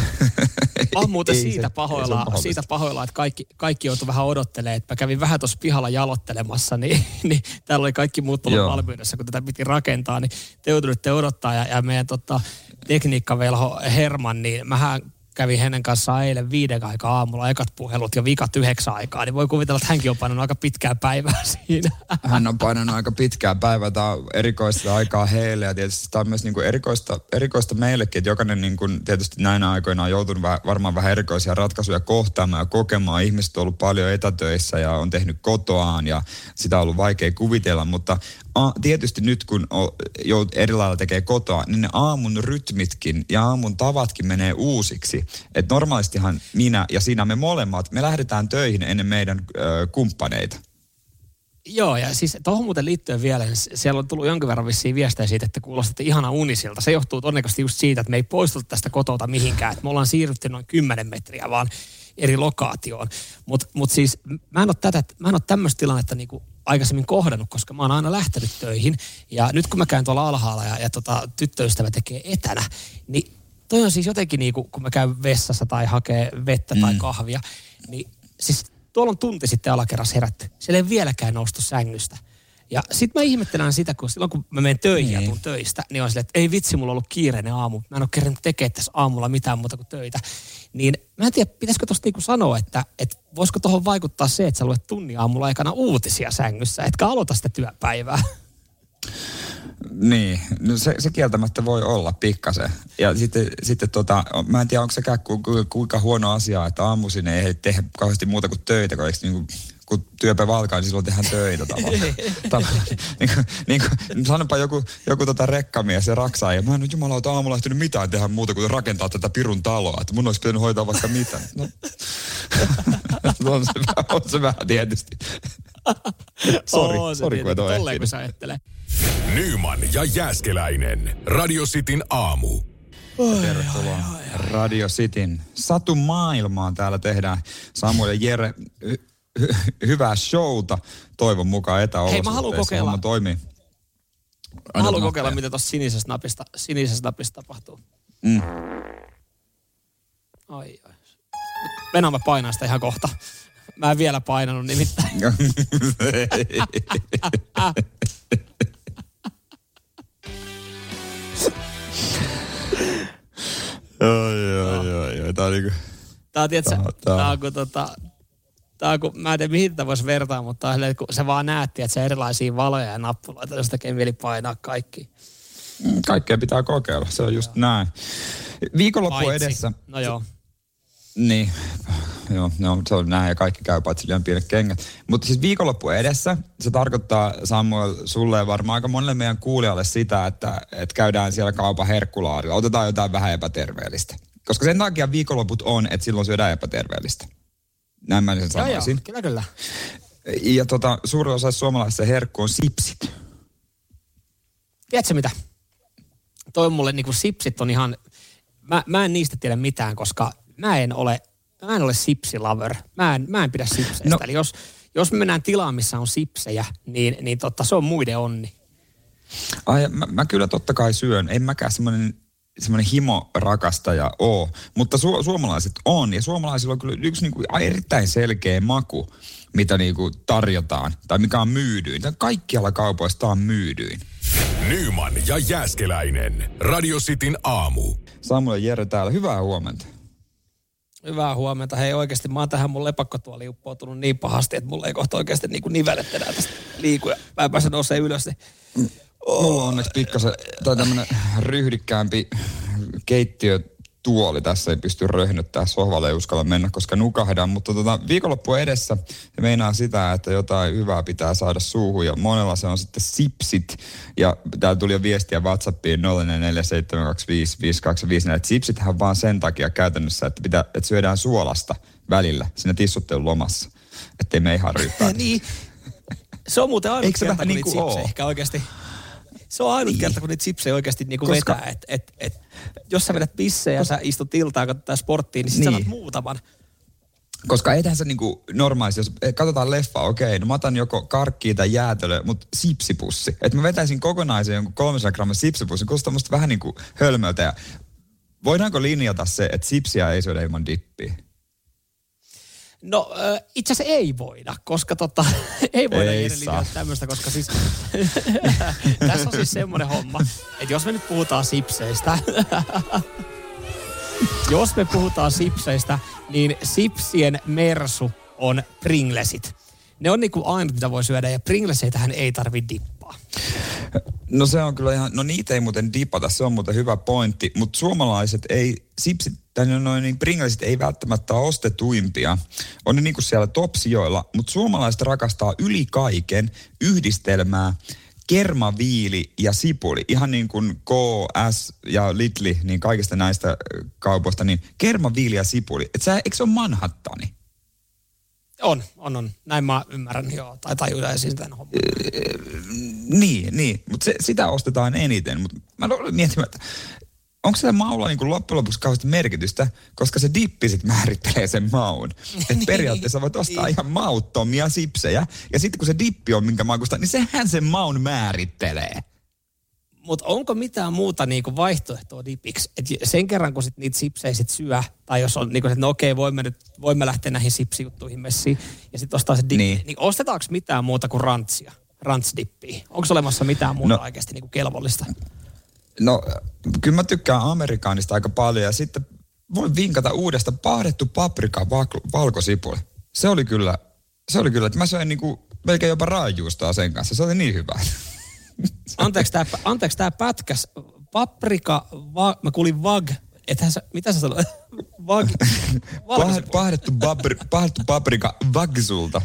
On muuten ei, siitä, se, pahoillaan, siitä pahoillaan, että kaikki, kaikki joutui vähän odottelemaan, että mä kävin vähän tuossa pihalla jalottelemassa, niin, niin täällä oli kaikki muut ollut valmiudessa, kun tätä piti rakentaa, niin te joutuitte odottaa ja, ja meidän tota, tekniikkavelho Herman, niin mähän kävin hänen kanssaan eilen viiden aikaa aamulla ekat puhelut ja vikat yhdeksän aikaa, niin voi kuvitella, että hänkin on painanut aika pitkää päivää siinä. Hän on painanut aika pitkää päivää. Tämä on erikoista aikaa heille ja tietysti tämä on myös niin kuin erikoista, erikoista meillekin, että jokainen niin kuin tietysti näinä aikoina on joutunut varmaan vähän erikoisia ratkaisuja kohtaamaan ja kokemaan. Ihmiset on ollut paljon etätöissä ja on tehnyt kotoaan ja sitä on ollut vaikea kuvitella, mutta a, tietysti nyt kun on, jo eri lailla tekee kotoa, niin ne aamun rytmitkin ja aamun tavatkin menee uusiksi. Että normaalistihan minä ja sinä me molemmat, me lähdetään töihin ennen meidän ö, kumppaneita. Joo, ja siis tuohon muuten liittyen vielä, niin siellä on tullut jonkin verran vissiin viestejä siitä, että kuulostatte ihana unisilta. Se johtuu todennäköisesti just siitä, että me ei poistuta tästä kotota mihinkään. Että me ollaan siirrytty noin kymmenen metriä vaan eri lokaatioon. Mutta mut siis mä en ole, tätä, mä en ole tämmöistä tilannetta niinku aikaisemmin kohdannut, koska mä oon aina lähtenyt töihin. Ja nyt kun mä käyn tuolla alhaalla ja, ja tota, tyttöystävä tekee etänä, niin toi on siis jotenkin niinku, kun mä käyn vessassa tai hakee vettä mm. tai kahvia, niin siis tuolla on tunti sitten alakerras herätty. Siellä ei vieläkään noustu sängystä. Ja sit mä ihmettelen sitä, kun silloin kun mä menen töihin niin. ja tuun töistä, niin on silleen, että ei vitsi, mulla on ollut kiireinen aamu. Mä en ole kerännyt tekemään tässä aamulla mitään muuta kuin töitä. Niin mä en tiedä, pitäisikö tosta niinku sanoa, että, että voisiko tuohon vaikuttaa se, että sä luet tunnin aamulla aikana uutisia sängyssä, etkä aloita sitä työpäivää. Niin, no se, se kieltämättä voi olla pikkasen. Ja sitten, sitten tota, mä en tiedä, onko sekään ku, ku, kuinka huono asia, että aamuisin ei tehdä kauheasti muuta kuin töitä, kun, eikö, niin kuin, kun työpäivä alkaa, niin silloin tehdään töitä tavallaan. tavallaan. niin kuin, niin kuin, sanopa joku, joku tota rekkamies ja raksaa, ja mä en ole jumalauta aamulla ehtinyt mitään tehdä muuta kuin rakentaa tätä pirun taloa, että mun olisi pitänyt hoitaa vaikka mitä. No. on, se, on se vähän tietysti. Sori, oh, sori kun et ole tolleen, kun sä ajattelee. Nyman ja Jääskeläinen. Radio Cityn aamu. Oh, tervetuloa Radio Cityn Satu maailmaan. Täällä tehdään Samuel ja Jere hy- hy- hyvää showta. Toivon mukaan etäolosuhteissa. Hei, mä haluan kokeilla. Toimii. Mä haluan kokeilla, mitä tuossa sinisessä napista, sinisessä napista tapahtuu. Mm. Ai, ai. Venä mä painaan sitä ihan kohta. Mä en vielä painanut nimittäin. Oi, oi, oi, oi. Tää on niinku... Tää on, tietsä, tää, tää on kun tota... Tää on kun, mä en tiedä mihin tätä voisi vertaa, mutta on, kun se vaan näytti, että se erilaisia valoja ja nappuloita, jos tekee mieli painaa kaikki. Kaikkea pitää kokeilla, se on just joo. Näin. Viikonloppu Paitsi. edessä. No joo. Niin, joo, no, se on näin ja kaikki käy paitsi liian pienet kengät. Mutta siis viikonloppu edessä, se tarkoittaa Samuel sulle ja varmaan aika monelle meidän kuulijalle sitä, että, että käydään siellä kaupan herkkulaarilla. Otetaan jotain vähän epäterveellistä. Koska sen takia viikonloput on, että silloin syödään epäterveellistä. Näin mä sen sanoisin. Joo, kyllä, kyllä. Ja tota, suurin osa suomalaisista herkku on sipsit. Tiedätkö mitä? Toi mulle niinku sipsit on ihan... Mä, mä en niistä tiedä mitään, koska mä en ole, mä en ole sipsilover. Mä en, mä en pidä sipseistä. No. Eli jos, jos me mennään tilaan, missä on sipsejä, niin, niin totta, se on muiden onni. Ai, mä, mä kyllä totta kai syön. En mäkään semmoinen semmoinen himo-rakastaja oo. Mutta su, suomalaiset on. Ja suomalaisilla on kyllä yksi niinku erittäin selkeä maku, mitä niinku tarjotaan. Tai mikä on myydyin. Tai kaikkialla kaupoista on myydyin. Nyman ja Jääskeläinen. Radio Cityn aamu. Samuel ja Jere täällä. Hyvää huomenta. Hyvää huomenta. Hei oikeasti mä oon tähän mun lepakkotuoliin uppoutunut niin pahasti, että mulla ei kohta oikeasti niin kuin nivelet enää tästä liiku. Ja mä en pääse nousee ylös. Niin... Oh. Mulla on onneksi pikkasen, tai tämmönen ryhdikkäämpi keittiötuoli. Tässä ei pysty röhnyttää, sohvalle ei uskalla mennä, koska nukahdaan. Mutta tota, viikonloppu edessä ja meinaa sitä, että jotain hyvää pitää saada suuhun. Ja monella se on sitten sipsit. Ja täällä tuli jo viestiä WhatsAppiin nolla neljä seitsemän kaksi viisi viisi kaksi viisi. Että sipsithän vaan sen takia käytännössä, että, pitää, että syödään suolasta välillä siinä tissuttelun lomassa. Ettei me ihan ryyppää. Niin. Se on muuten ainut kerta, kun niin niitä sipsejä ehkä oikeasti... Se on ainut niin. kerta, kun niitä sipsejä oikeasti niinku Koska... vetää. Et, et, et, jos sä vedät pissejä ja Koska... sä istut iltaa ja katsotaan sporttiin, niin sit niin. sä saat muutaman. Koska eihän se niinku normaalisti, jos katsotaan leffa, okei, no mä otan joko karkkia tai jäätelöä, mutta sipsipussi. Että mä vetäisin kokonaisen jonkun kolmesataa gramman sipsipussin, koska musta vähän niinku hölmöltä. Ja voidaanko linjata se, että sipsiä ei syödä ilman dippiä? No itse asiassa ei voida, koska tota, ei voida ei linjata tämmöistä, koska siis tässä on siis semmoinen homma, että jos me nyt puhutaan sipseistä, jos me puhutaan sipseistä, niin sipsien mersu on Pringlesit. Ne on niinku ainut, mitä voi syödä, ja Pringleseitähän ei tarvi dippaa. No se on kyllä ihan, no niitä ei muuten dipata, se on muuten hyvä pointti, mutta suomalaiset ei, sipsit, tai noin niin Pringlesit ei välttämättä ole ostetuimpia. On ne niinku siellä top-sijoilla, mutta suomalaiset rakastaa yli kaiken yhdistelmää kermaviili ja sipuli. Ihan niin kuin K, S ja Lidl, niin kaikista näistä kaupoista, niin kermaviili ja sipuli. Et sä, eikö se ole Manhattani? On, on, on. Näin mä ymmärrän, joo. Tai tajutaan siis tämän homman. Niin, niin. Mutta sitä ostetaan eniten. Mutta mä mietin, että onko se maulla niin kuin loppujen lopuksi kauheasti merkitystä, koska se dippi sit määrittelee sen maun. Että periaatteessa voit ostaa ihan mauttomia sipsejä. Ja sitten kun se dippi on minkä makusta, niin sehän sen maun määrittelee. Mutta onko mitään muuta niinku vaihtoehtoa dipiksi? Et sen kerran, kun sit niitä sipsejä sit syö, tai jos on niinku, että no okei, voimme, nyt, voimme lähteä näihin sipsijuttuihin messiin, ja sitten ostaa se dippi, niin, niin ostetaanko mitään muuta kuin rantsia? rantsdippiä? Onko olemassa mitään muuta no, oikeasti niin kuin kelvollista? No, kyllä mä tykkään amerikaanista aika paljon ja sitten voin vinkata uudesta pahdettu paprika val- valkosipuli. Se oli kyllä, se oli kyllä, että mä söin niinku melkein jopa raajuustoa sen kanssa. Se oli niin hyvä. Anteeksi tää, anteeksi tää pätkäs. Paprika, va, mä kuulin vag. Ethän sä, mitä sä sanoit? Vag. Pah, pahdettu, papri, pahdettu paprika vagsulta.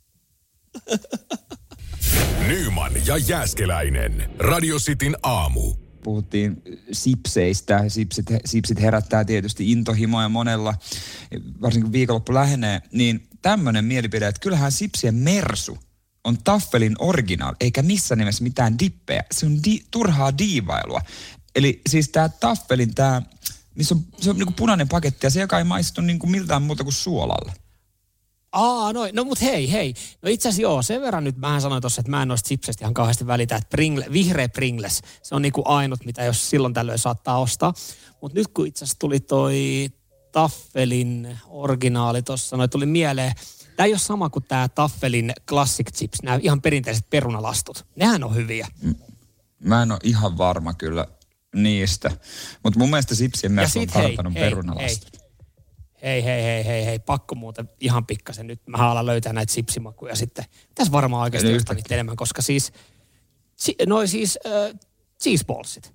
Nyman ja Jääskeläinen. Radio Cityn aamu. Puhuttiin sipseistä. Sipsit, sipsit herättää tietysti intohimoja monella, varsinkin kun viikonloppu lähenee. Niin tämmöinen mielipide, että kyllähän sipsien mersu on taffelin originaal, eikä missään nimessä mitään dippejä. Se on di, turhaa diivailua. Eli siis tää taffelin, tää, missä on, se on niinku punainen paketti ja se, joka ei maistu niinku miltään muuta kuin suolalla. Aa, no, no mut hei, hei. No itse asiassa joo, sen verran nyt mähän sanoin tossa, että mä en noista sipseistä ihan kauheasti välitä, että Pringle, vihreä Pringles, se on niinku ainut, mitä jos silloin tällöin saattaa ostaa. Mut nyt kun itse asiassa tuli toi taffelin originaali tossa, no tuli mieleen, tää ei ole sama kuin tää taffelin classic chips, nämä ihan perinteiset perunalastut. Nehän on hyviä. Mä en ole ihan varma kyllä niistä, mutta mun mielestä sipsien mersu on parantanut perunalastut. Hei, hei, hei, hei, hei, pakko muuten ihan pikkasen nyt. Mä alan löytää näitä sipsimakuja sitten. Tässä varmaan oikeasti jostain niitä enemmän, koska siis, si, noi siis äh, cheese ballsit.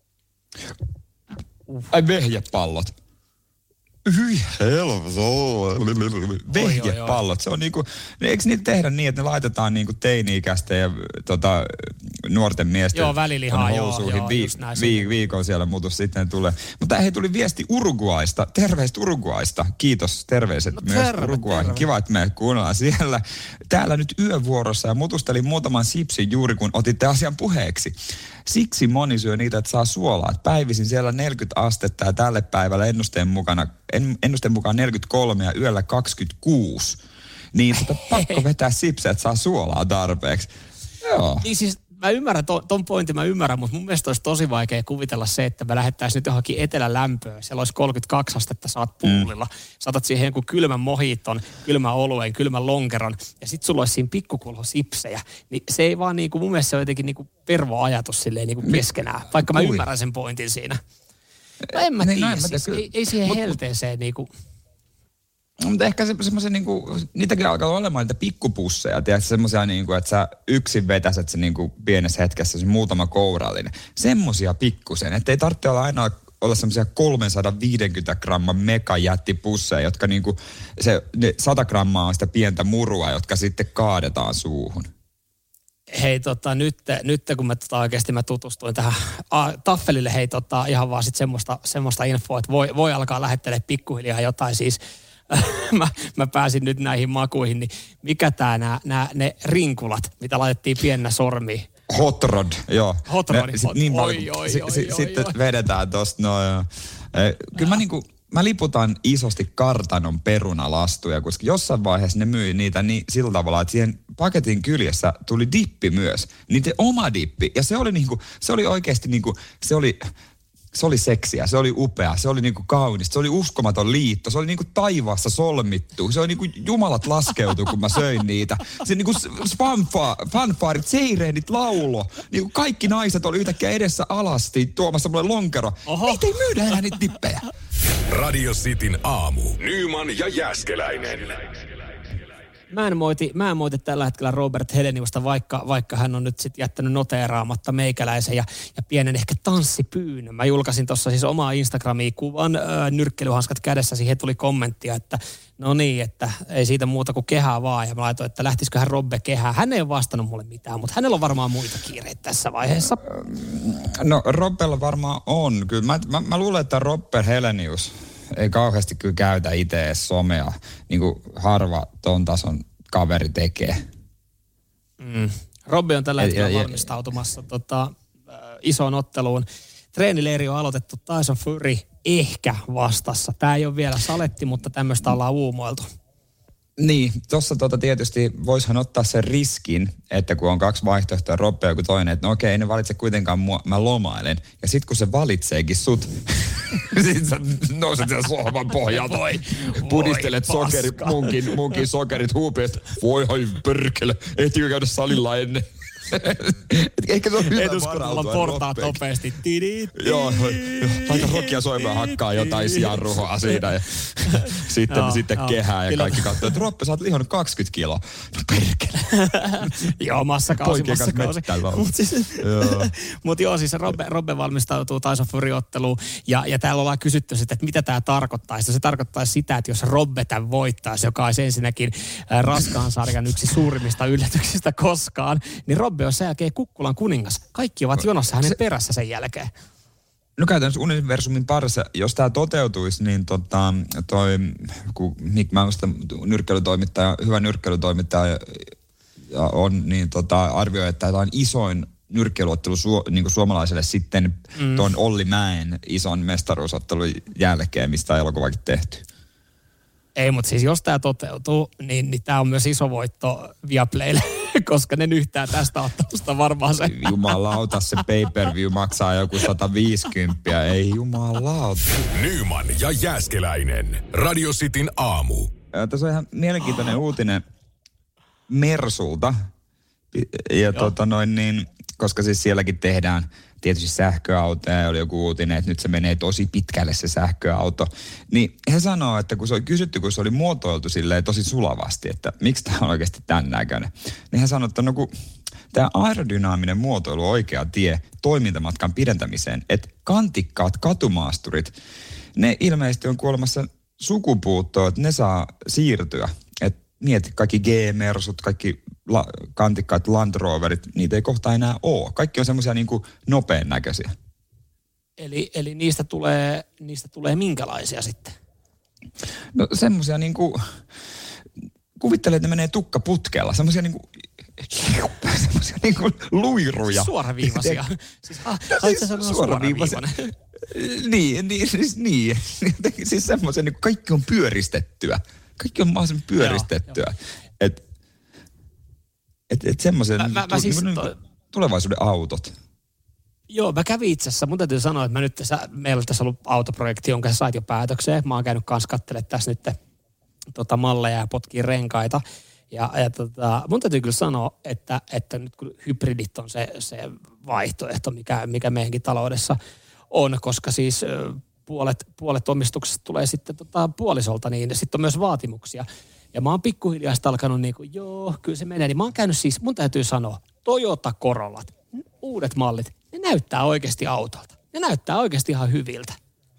Uh. Ai vehjepallot. Hyi helvo. Vehjepallot. Se on niinku, eikö niitä tehdä niin, että ne laitetaan niinku teini-ikäisten ja tota, nuorten miesten joo, välilihaa, joo, joo, vi, vi, viikon siellä muutus sitten tulee. Mutta hei, tuli viesti Uruguaista. Terveistä Uruguaista. Kiitos, terveiset no, myös terve, Uruguaihin. Terve. Kiva, että me kuunnellaan siellä. Täällä nyt yövuorossa ja mutustelin muutaman sipsin juuri, kun otitte asian puheeksi. Siksi moni syö niitä, että saa suolaa. Et päivisin siellä neljäkymmentä astetta ja tälle päivällä ennusteen mukana, ennusteen mukaan neljäkymmentäkolme ja yöllä kaksikymmentäkuusi. Niin tota, pakko vetää sipsejä, että saa suolaa tarpeeksi. Joo. Niin siis mä ymmärrän, ton, ton pointin mä ymmärrän, mutta mun mielestä olisi tosi vaikea kuvitella se, että me lähettäisiin nyt johonkin etelälämpöön. Siellä olisi kolmekymmentäkaksi astetta, saat puulilla. Mm. Saatat siihen jonkun kylmän mohiton, kylmän oluen, kylmän lonkeron. Ja sit sulla olisi siinä pikkukulho sipsejä. Niin se ei vaan niinku, mun mielestä se on jotenkin niinku pervo-ajatus silleen niinku keskenään. Vaikka mä ymmärrän sen pointin siinä. No en mä tiedä, siis, ei, ei siihen mut, helteeseen niinku... Mutta ehkä se, semmoisen niinku, niitäkin alkaa olemaan niitä pikkupusseja, tiedätkö, semmoisia niinku, että sä yksin vetäset se niinku pienessä hetkessä, se muutama kourallinen. Semmoisia pikkusen, että ei tarvitse olla aina olla semmoisia kolmesataaviisikymmentä gramman megajättipusseja, jotka niinku, se ne sata grammaa on sitä pientä murua, jotka sitten kaadetaan suuhun. Hei tota, nyt, nyt kun mä tota, oikeasti mä tutustuin tähän a, taffelille, hei tota, ihan vaan sit semmoista, semmoista infoa, että voi, voi alkaa lähettelemään pikkuhiljaa jotain siis. mä, mä pääsin nyt näihin makuihin, niin mikä tää nää, nää ne rinkulat, mitä laitettiin piennä sormiin? Hot rod, joo. Hot rod, ne, sit, niin oi, oi, oi, si, oi, si, oi, Sitten oi. vedetään tosta noin. Kyllä mä niinku, mä liputan isosti kartanon perunalastuja, koska jossain vaiheessa ne myi niitä niin sillä tavalla, että siihen paketin kyljessä tuli dippi myös. Niiden oma dippi. Ja se oli niinku, se oli oikeasti niinku, se oli... Se oli seksiä, se oli upea, se oli niinku kaunista, se oli uskomaton liitto, se oli niinku taivaassa solmittu, se oli niinku jumalat laskeutu, kun mä söin niitä. Se niinku fanfa, fanfaarit, seireenit, laulo, niinku kaikki naiset oli yhtäkkiä edessä alasti tuomassa mulle lonkero. Oho. Niitä ei myydä enää niitä dippejä. Radio Cityn aamu. Nyman ja Jääskeläinen. Mä en, moiti, mä en moiti tällä hetkellä Robert Heleniusta, vaikka, vaikka hän on nyt sitten jättänyt noteeraamatta meikäläisen ja, ja pienen ehkä tanssipyynnön. Mä julkaisin tuossa siis omaa Instagramiin kuvan äh, nyrkkeilyhanskat kädessä. Siihen tuli kommenttia, että no niin, että ei siitä muuta kuin kehää vaan. Ja mä laitoin, että lähtisiköhän Robbe kehää. Hän ei ole vastannut mulle mitään, mutta hänellä on varmaan muita kiireitä tässä vaiheessa. No Robbella varmaan on. Kyllä mä, mä, mä luulen, että Robert Helenius ei kauheasti kyllä käytä itse edes somea, niin kuin harva ton tason kaveri tekee. Mm. Robbi on tällä hetkellä ja, valmistautumassa tota, äh, isoon otteluun. Treenileiri on aloitettu, Tyson Fury ehkä vastassa. Tämä ei ole vielä saletti, mutta tämmöistä ollaan uumoiltu. Niin, tuossa tota tietysti voisihan ottaa sen riskin, että kun on kaksi vaihtoehtoa, Robbe ja joku toinen, että no okei, ne valitse kuitenkaan mua, mä lomailen. Ja sit kun se valitseekin sut, sit sä nouset sen sohvan pohjalta, voi, pudistelet voi, sokerit, munkin, munkin sokerit huupiin, voi hai perkele, ehtikö käydä salilla ennen. Ehkä se on hyvä eduskunnalla varautua portaat Robbeen. nopeasti. Tidi, Joo, laita rockia soimaan, hakkaa jotain sianruhoa siinä ja sitten, Joo, sitten joo. kehää ja Kyllä. kaikki katsoo, että Robbe, sä oot lihonnut kaksikymmentä kiloa. No perkele. Joo, massakausi, Poikien kanssa massakausi. mettällä vaan. Mutta siis, Joo. mut joo, siis Robbe, Robbe valmistautuu Tyson Fury-otteluun ja, ja täällä ollaan kysytty sitten, että mitä tämä tarkoittaisi. Se tarkoittaisi sitä, että jos Robbe tämän voittaisi, joka olisi ensinnäkin äh, raskaan sarjan yksi suurimmista yllätyksistä koskaan, niin Robbe on sen jälkeen Kukkulan kuningas. Kaikki ovat jonossa hänen perässä sen jälkeen. No käytännössä universumin parissa, jos tämä toteutuisi, niin tota, toi, kun Nick Mäystä nyrkkeilytoimittaja, hyvä nyrkkeilytoimittaja ja on, niin tota, arvioi, että tämä on isoin nyrkkeiluottelu su, niin kuin suomalaiselle sitten mm. tuon Olli Mäen ison mestaruusottelun jälkeen, mistä on elokuvakin tehty. Ei, mutta siis jos tämä toteutuu, niin, niin tämä on myös iso voitto Viaplaylle, koska ne nyhtää tästä ottelusta varmaan sen. Jumalauta, se pay-per-view maksaa joku sata viisikymmentä, ei jumalauta. Nyman ja Jääskeläinen. Radio Cityn aamu. Ja tässä on ihan mielenkiintoinen uutinen Mersulta. Ja tota noin niin, koska siis sielläkin tehdään tietysti sähköautoja ja oli joku uutinen, että nyt se menee tosi pitkälle se sähköauto. Niin he sanoo, että kun se oli kysytty, kun se oli muotoiltu silleen tosi sulavasti, että miksi tämä on oikeasti tämän näköinen. Niin he sanoo, että no kun tämä aerodynaaminen muotoilu on oikea tie toimintamatkan pidentämiseen, että kantikkaat katumaasturit, ne ilmeisesti on kuolemassa sukupuuttoon, että ne saa siirtyä. Että mieti, kaikki G-mersut, kaikki la, kantikkaat Land Roverit, niitä ei kohta enää ole. Kaikki on semmoisia niin kuin nopean näköisiä. Eli, eli niistä, tulee, niistä tulee minkälaisia sitten? No semmoisia niin kuin, kuvittele, että ne menee tukkaputkella, semmoisia niin kuin, semmoisia niin kuin luiruja. Suoraviivaisia. Siis, ah, siis se sanoa suoraviivaisia. suoraviivainen. Niin, niin, siis niin. Siis semmoisia, niin kuin kaikki on pyöristettyä. Kaikki on mahdollisimman pyöristettyä. Että et, et semmoisen Mä- mä- mä siis toi- tulevaisuuden autot. Joo, mä kävin itse asiassa, mun täytyy sanoa, että mä nyt tässä, meillä on tässä ollut autoprojekti, jonka sä sait jo päätökseen. Mä oon käynyt kanssa katselemaan tässä nyt tota, malleja ja potkii renkaita. Ja, ja tota, mun täytyy kyllä sanoa, että, että nyt kun hybridit on se, se vaihtoehto, mikä, mikä meidänkin taloudessa on, koska siis ö, puolet, puolet omistuksesta tulee sitten tota, puolisolta, niin sitten on myös vaatimuksia. Ja mä oon pikkuhiljaa sitä alkanut niin kuin, joo, kyllä se menee. Niin mä oon käynyt siis, mun täytyy sanoa, Toyota Corollat, uudet mallit, ne näyttää oikeasti autolta. Ne näyttää oikeasti ihan hyviltä.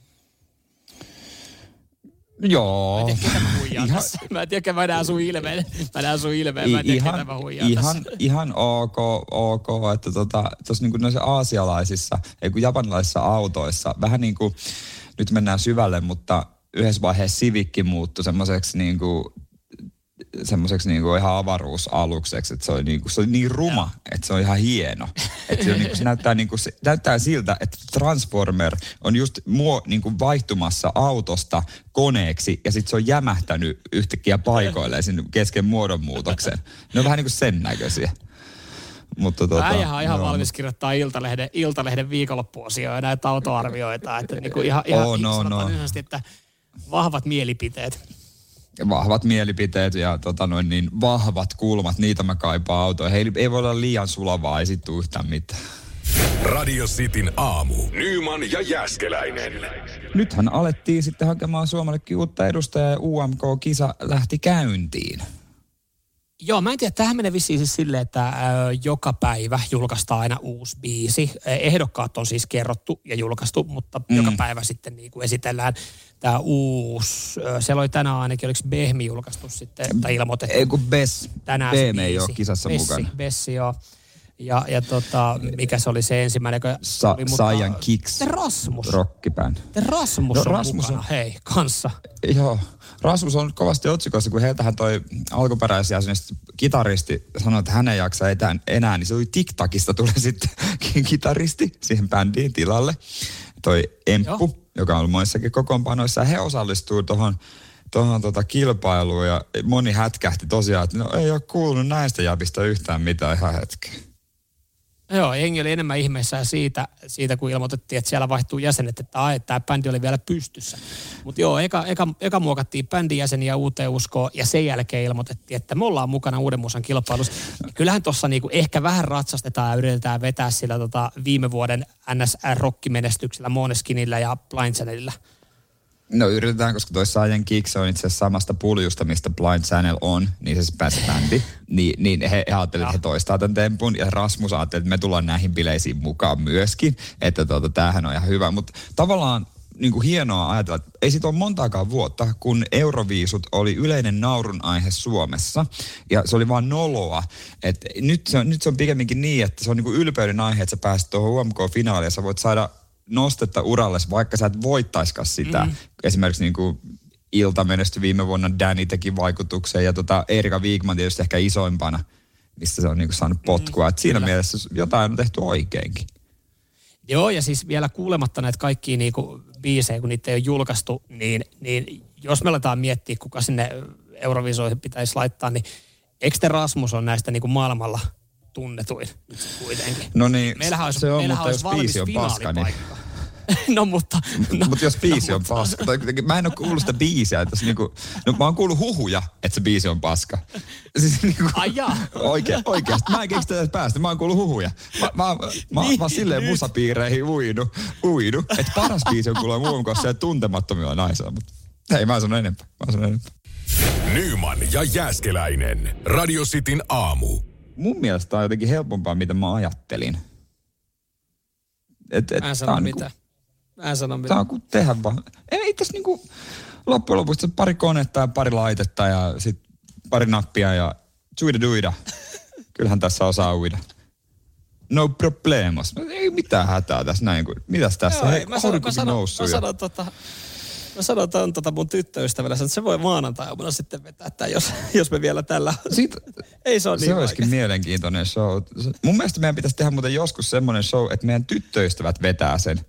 Joo. Mä en tiedä, ketä mä huijaan ihan, tässä. Mä en tiedä, mä näen sun ilmeen. Mä näen sun ilmeen, mä en tiedä, ihan, ketä mä huijaan ihan, tässä. ihan ok, ok, että tota, tuossa niinku noissa aasialaisissa, ei kun japanilaisissa autoissa, vähän niin kuin, nyt mennään syvälle, mutta yhdessä vaiheessa Civicki muuttui semmoiseksi niinku, semmoiseksi niinku ihan avaruusalukseksi, että se oli, niinku, se oli niin ruma, ja. Että se on ihan hieno. Että se, on niinku, se, näyttää niinku, se näyttää siltä, että Transformer on just muo, niinku vaihtumassa autosta koneeksi ja sitten se on jämähtänyt yhtäkkiä paikoilleen sinne kesken muodonmuutoksen. Ne on vähän niin kuin sen näköisiä. Mutta tota, Äijähän on ihan no, valmis kirjoittaa Iltalehden, Iltalehden viikonloppuosioon näitä autoarvioita. Että niinku ihan, ihan oh, no, sanotaan no. yhdessä, että vahvat mielipiteet. Vahvat mielipiteet ja tota noin, niin vahvat kulmat, niitä mä kaipaan autoihin. Ei, ei voi olla liian sulavaa, ei sit tule yhtään mitään. Radio Cityn aamu. Nyman ja Jääskeläinen. Nythän alettiin sitten hakemaan Suomellekin uutta edustajaa ja U M K-kisa lähti käyntiin. Joo, mä en tiedä, tähän menee vissiin siis silleen, että äh, joka päivä julkaistaan aina uusi biisi. Ehdokkaat on siis kerrottu ja julkaistu, mutta mm. joka päivä sitten niin kuin esitellään tämä uusi. Äh, siellä oli tänään ainakin, oliko Behmi julkaistu sitten, tai ilmoitettu. Ei kun Bess. Tänään Behmi ei ole kisassa Bessi, mukana. Bessi, joo. Ja, ja tota, mikä se oli se ensimmäinen, joka Sa- oli Saiyan Kicks. The Rasmus. Rockiband. The Rasmus No, on Rasmus mukana, on- hei, kanssa. Joo. Rasmus on kovasti otsikossa, kun heiltähän toi alkuperäisjäsenestä kitaristi sanoi, että hän ei jaksa etään, enää, niin se oli TikTokista tuli sitten kitaristi siihen bändiin tilalle. Toi Emppu, Joo. joka on ollut monissakin kokoonpanoissa, ja he osallistuu tuohon tuohon tota kilpailuun, ja moni hätkähti tosiaan, että no ei ole kuulunut näistä jäbistä yhtään mitään ihan hetkeä. Joo, jengi oli enemmän ihmeissään siitä, siitä, kun ilmoitettiin, että siellä vaihtuu jäsenet, että ai, tämä bändi oli vielä pystyssä. Mutta joo, eka, eka, eka muokattiin bändin jäseniä uuteen uskoon ja sen jälkeen ilmoitettiin, että me ollaan mukana Uuden Musan kilpailussa. Kyllähän tuossa niinku ehkä vähän ratsastetaan ja yritetään vetää sillä tota viime vuoden N S R-rockimenestyksellä Måneskinillä ja Blind Channelilla. No yritetään, koska toi Saiyan Kicks on itse asiassa samasta puljusta, mistä Blind Channel on, niin se pääsi bändi. Ni, niin he, he ajattelivat, että he toistaa tämän tempun, ja Rasmus ajatteli, että me tullaan näihin bileisiin mukaan myöskin, että tuota, tämähän on ihan hyvä. Mutta tavallaan niin kuin hienoa ajatella, että ei siitä ole montaakaan vuotta, kun Euroviisut oli yleinen naurun aihe Suomessa, ja se oli vaan noloa. Et nyt, se on, nyt se on pikemminkin niin, että se on niin kuin ylpeyden aihe, että sä pääset tuohon U M K-finaaliin, ja sä voit saada nostetta uralles, vaikka sä et voittaiskaan sitä. Mm. Esimerkiksi niin kuin Ilta menestyi viime vuonna, Danny teki vaikutuksen ja tota Erika Wigman tietysti ehkä isoimpana, mistä se on niin kuin saanut potkua. Mm, Et siinä kyllä. mielessä jotain on tehty oikeinkin. Joo, ja siis vielä kuulematta näitä kaikkia niinku biisejä, kun niitä ei ole julkaistu, niin, niin jos me aletaan miettiä, kuka sinne Euroviisoihin pitäisi laittaa, niin eikö te Rasmus on näistä niinku maailmalla tunnetuin kuitenkin? No niin, meillähän olisi, se on, meillähän mutta jos biisi on paska, niin... No mutta... No, mutta jos biisi no, on mutta... paska, tai mä en ole kuullut sitä biisiä, että se niinku... No mä oon kuullut huhuja, että se biisi on paska. Siis niinku... Ai jaa. Oike, oikeasti, mä en keksi tätä päästä, mä oon kuullut huhuja. Mä, mä, mä, niin, mä oon silleen nyt. musapiireihin uinu, uinu, että paras biisi on kuulla muun kanssa ja tuntemattomilla naisilla, mutta hei, mä sanon enempää, mä sanon enempää. Nyman ja Jääskeläinen, Radio Cityn aamu. Mun mielestä tää on jotenkin helpompaa, mitä mä ajattelin. Et, et, mä en sano mitään. Mä en sano mitään. Tää on kuin tehdä vaan. Ei itse niinku loppujen lopuksi pari konetta ja pari laitetta ja sit pari nappia ja tsuida duida. Kyllähän tässä osaa uida. No problemos. Ei mitään hätää tässä näin. Kuin, mitäs tässä? Joo, Hei, mä sanon, mä sanon, mä sanon tota... Mä sanon ton tota mun tyttöystävälle, että se voi maanantai-aamuna sitten vetää tämän, jos, jos me vielä tällä... Siitä, ei se ole niin Se olisikin vaikea. Mielenkiintoinen show. Mun mielestä meidän pitäisi tehdä muuten joskus semmoinen show, että meidän tyttöystävät vetää sen.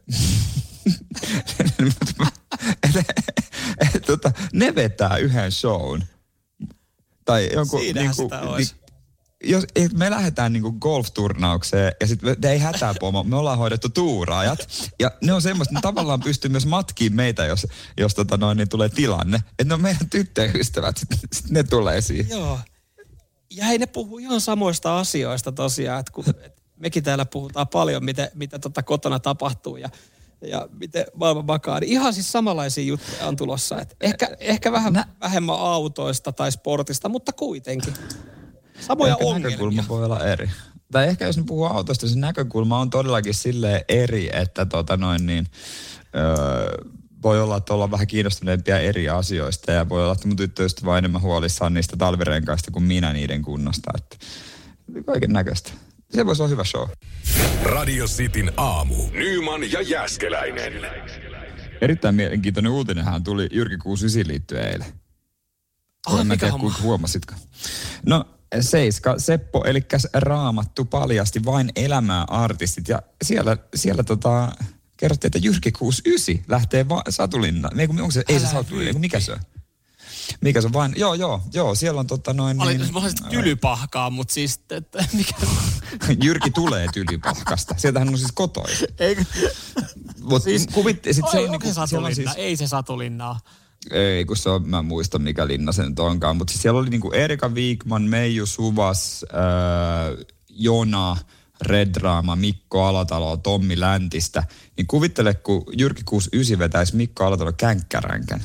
tota, ne vetää yhden shown. Tai jonkun... Siinähän niinku, sitä olisi. Niin, jos me lähdetään niinku golf-turnaukseen ja sitten ei hätää pomo, me ollaan hoidettu tuuraajat ja ne on semmoista, ne tavallaan pystyy myös matkiin meitä, jos, jos tota noin, niin tulee tilanne. Että ne on meidän tyttöystävät, sitten sit ne tulee siihen. Joo. Ja hei, ne puhuu ihan samoista asioista tosiaan, että kun et mekin täällä puhutaan paljon, mitä, mitä tota kotona tapahtuu ja, ja miten maailma makaa. Niin ihan siis samanlaisia juttuja on tulossa. Et ehkä, ehkä vähän Nä... vähemmän autoista tai sportista, mutta kuitenkin. Samoja ehkä ongelmia. Näkökulma voi olla eri. Tai ehkä jos ne puhuu autosta, se näkökulma on todellakin silleen eri, että tota noin niin, öö, voi olla, että ollaan vähän kiinnostuneempia eri asioista ja voi olla, että mun tyttöystävä on enemmän huolissaan niistä talvirenkaista kuin minä niiden kunnosta. Että kaiken näköistä. Se voisi olla hyvä show. Radio Cityn aamu. Nyman ja Jääskeläinen. Erittäin mielenkiintoinen uutinenhan tuli Jyrki kuusikymmentäyhdeksän liittyen eilen. Ah, en mikä tiedä, kuinka huomasitko. No, Seiska, Seppo, eli Raamattu paljasti vain elämää artistit. Ja siellä, siellä tota, kerrottiin, että Jyrki kuusikymmentäyhdeksän lähtee va- Satulinnaan. Ei, onko se, ei se Satulinna, mikä se on? Mikä se on vain, joo, joo, joo, siellä on tota noin... Oli niin, vaan tylypahkaa, mutta siis, että mikä... Jyrki tulee Tylypahkasta. Sieltähän on siis kotoisin. Eikö? Mut siis, kuvitte, sit oi, se on onko niinku, se Satulinna? siis, ei se Satulinnaa. Ei, kun se on, mä en muista mikä linna se nyt onkaan. Mutta siis siellä oli niinku Erika Wigman, Meiju Suvas, äh, Jona, Redraama, Mikko Alatalo, Tommi Läntistä. Niin kuvittele, kun Jyrki kuusikymmentäyhdeksän vetäisi Mikko Alatalo känkkäränkän.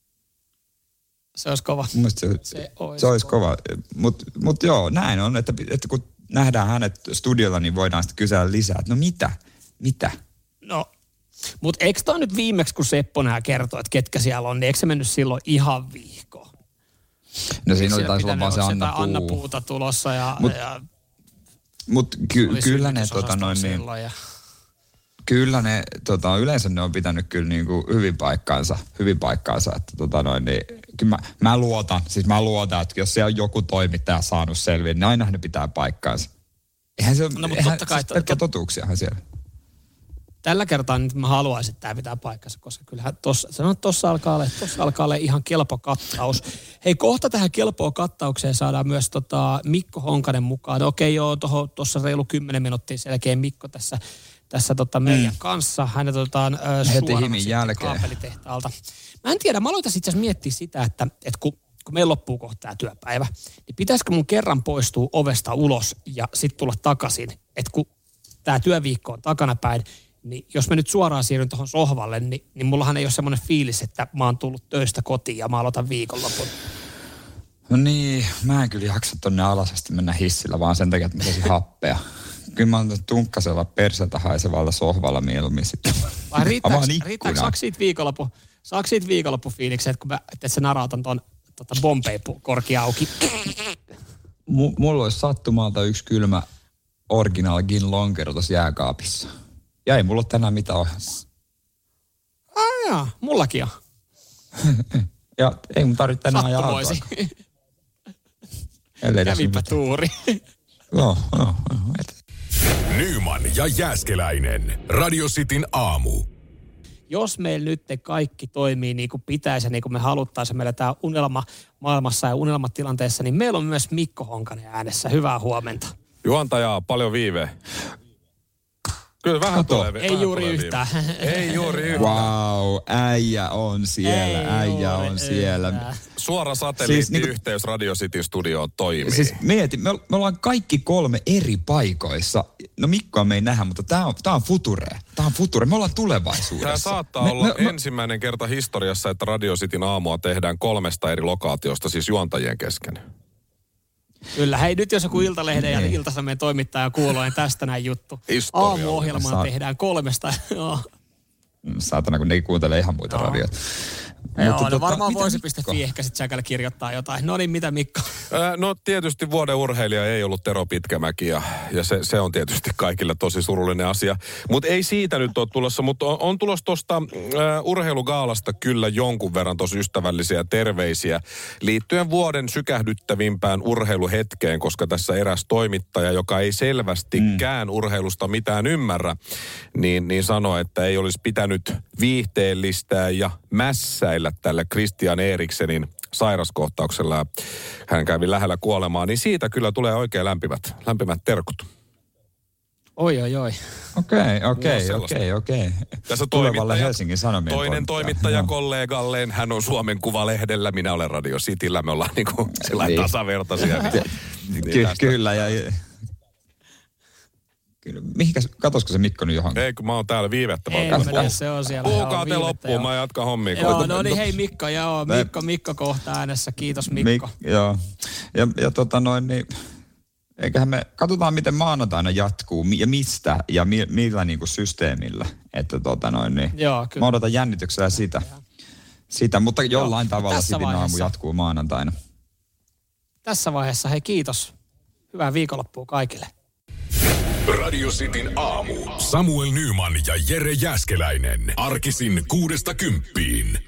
Se olisi kova. Se, se, olisi, se olisi kova. kova. Mutta mut joo, näin on, että, että kun nähdään hänet studiolla, niin voidaan sitten kysellä lisää. No mitä? Mitä? No, mutta eikö toi nyt viimeksi, kun Seppo nää kertoi, että ketkä siellä on, niin eikö se mennyt silloin ihan viikkoon? No siinä oli taisi olla vaan se Anna Puu. Anna Puuta tulossa ja... Mut, ja mut ky, kyllä ne tota noin niin... Ja... Kyllä ne, tota, yleensä ne on pitänyt kyllä niin kuin hyvin paikkaansa, hyvin paikkaansa, että tota noin, niin, kyllä mä, mä luotan, siis mä luotan, että jos siellä on joku toimittaja saanut selviä, niin aina ne pitää paikkaansa. Eihän se ole, no, eihän, siis pelkkä totuuksiahan siellä. tällä kertaa nyt mä haluaisin, että tämä pitää paikkansa, koska kyllähän tossa, sanon, tossa alkaa olla, tossa alkaa olla ihan kelpo kattaus. Hei, kohta tähän kelpoon kattaukseen saadaan myös tota Mikko Honkanen mukaan. No, okei, joo, tuossa reilu kymmenen minuuttia selkeä Mikko tässä, tässä tota meidän mm. kanssa. Hänet otetaan suoraan kaapelitehtaalta. Mä en tiedä, mä aloitan itse asiassa miettiä sitä, että, että kun, kun meillä loppuu kohta tämä työpäivä, niin pitäisikö mun kerran poistua ovesta ulos ja sitten tulla takaisin, että kun tämä työviikko on takanapäin, niin jos mä nyt suoraan siirryn tuohon sohvalle, niin, niin mullahan ei ole semmoinen fiilis, että mä oon tullut töistä kotiin ja mä aloitan viikonlopun. No niin, mä en kyllä jaksa tonne alasasti mennä hissillä, vaan sen takia, että mä saisin happea. Kyllä mä oon tunkkasella perseltä haisevalla sohvalla mieluummin sitten. Vai riittääkö, riittääkö saako siitä viikonloppu, saako siitä viikonloppufiiliksen, että kun mä, että sä narautan ton tota Bombay-korki auki? M- mulla olisi sattumalta yksi kylmä original gin lonkero tuossa jääkaapissa. Ja ei mulla ole tänään mitään ohjelmaa. Ah jaa, mullakin on. Ja ei mun tarvitse tänään ajaa autoa. Kävipä tuuri. Joo, joo, joo. Nyman ja Jääskeläinen. Radio Cityn aamu. Jos meillä nyt kaikki toimii niin kuin pitäisi ja niin kuin me haluttaisiin, meillä tämä unelma maailmassa ja unelmatilanteessa, niin meillä on myös Mikko Honkanen äänessä. Hyvää huomenta. Juontajaa, paljon viiveä. Kyllä vähän Kato. tulee. Ei vähän juuri tulee yhtään. Ei juuri yhtään. Wow, äijä on siellä, Ei äijä juuri on siellä. yhtään. Suora satelliittiyhteys siis, niin Radio Cityn studioon toimii. Siis mieti, me, me ollaan kaikki kolme eri paikoissa. No Mikkoa me ei nähdä, mutta tää on, tää on future. Tää on future. Me ollaan tulevaisuudessa. Tämä saattaa me, olla me, ensimmäinen kerta historiassa, että Radio Cityn aamua tehdään kolmesta eri lokaatiosta, siis juontajien kesken. Kyllä, hei nyt jos joku Iltalehden ja Ilta-Sanomien toimittaja kuuluu, niin tästä näin juttu. Aamuohjelmaa Saat... tehdään kolmesta. Saatana, kun ne kuuntelee ihan muita no. radioita. Joo, mutta no tota, varmaan voisi piste fi ehkä sitten säkällä kirjoittaa jotain. No niin, mitä Mikko? Ää, no tietysti vuoden urheilija ei ollut Tero Pitkämäki ja, ja se, se on tietysti kaikille tosi surullinen asia. Mutta ei siitä nyt ole tulossa, mutta on, on tulossa tuosta urheilugaalasta kyllä jonkun verran tosi ystävällisiä terveisiä liittyen vuoden sykähdyttävimpään urheiluhetkeen, koska tässä eräs toimittaja, joka ei selvästikään mm. urheilusta mitään ymmärrä, niin, niin sanoi, että ei olisi pitänyt viihteellistää ja mässäillä tällä Christian Eriksenin sairaskohtauksella. Hän kävi lähellä kuolemaa, niin siitä kyllä tulee oikein lämpimät, lämpimät terkut. Oi, oi, oi. Okei, okei, okei, okei. Tässä tulevalle Helsingin Sanomien toinen toimittaja no. kollegalleen, hän on Suomen Kuvalehdellä, minä olen Radio Cityllä, me ollaan niinku sellainen niin. tasavertaisia. Niin, niin Ky- kyllä, ja... Mihinkäs, katosko se Mikko nyt johonkin? Ei, kun mä oon täällä viivettä. Ei, mä se on siellä. Puhukaa te loppuun, mä jatkan hommia. Joo, no niin, hei Mikko, joo, Mikko, Mikko kohta äänessä, kiitos Mikko. Mik, joo, ja, ja tota noin, niin, eiköhän me, katsotaan miten maanantaina jatkuu ja mistä ja mi, millä niin kuin systeemillä, että tota noin, niin, joo, kyllä. Mä odotan jännityksellä sitä, sitä mutta jollain joo, tavalla Cityn aamu jatkuu maanantaina. Tässä vaiheessa, hei kiitos, hyvää viikonloppua kaikille. Radio Cityn aamu. Samuel Nyman ja Jere Jääskeläinen. Arkisin kuudesta kymppiin.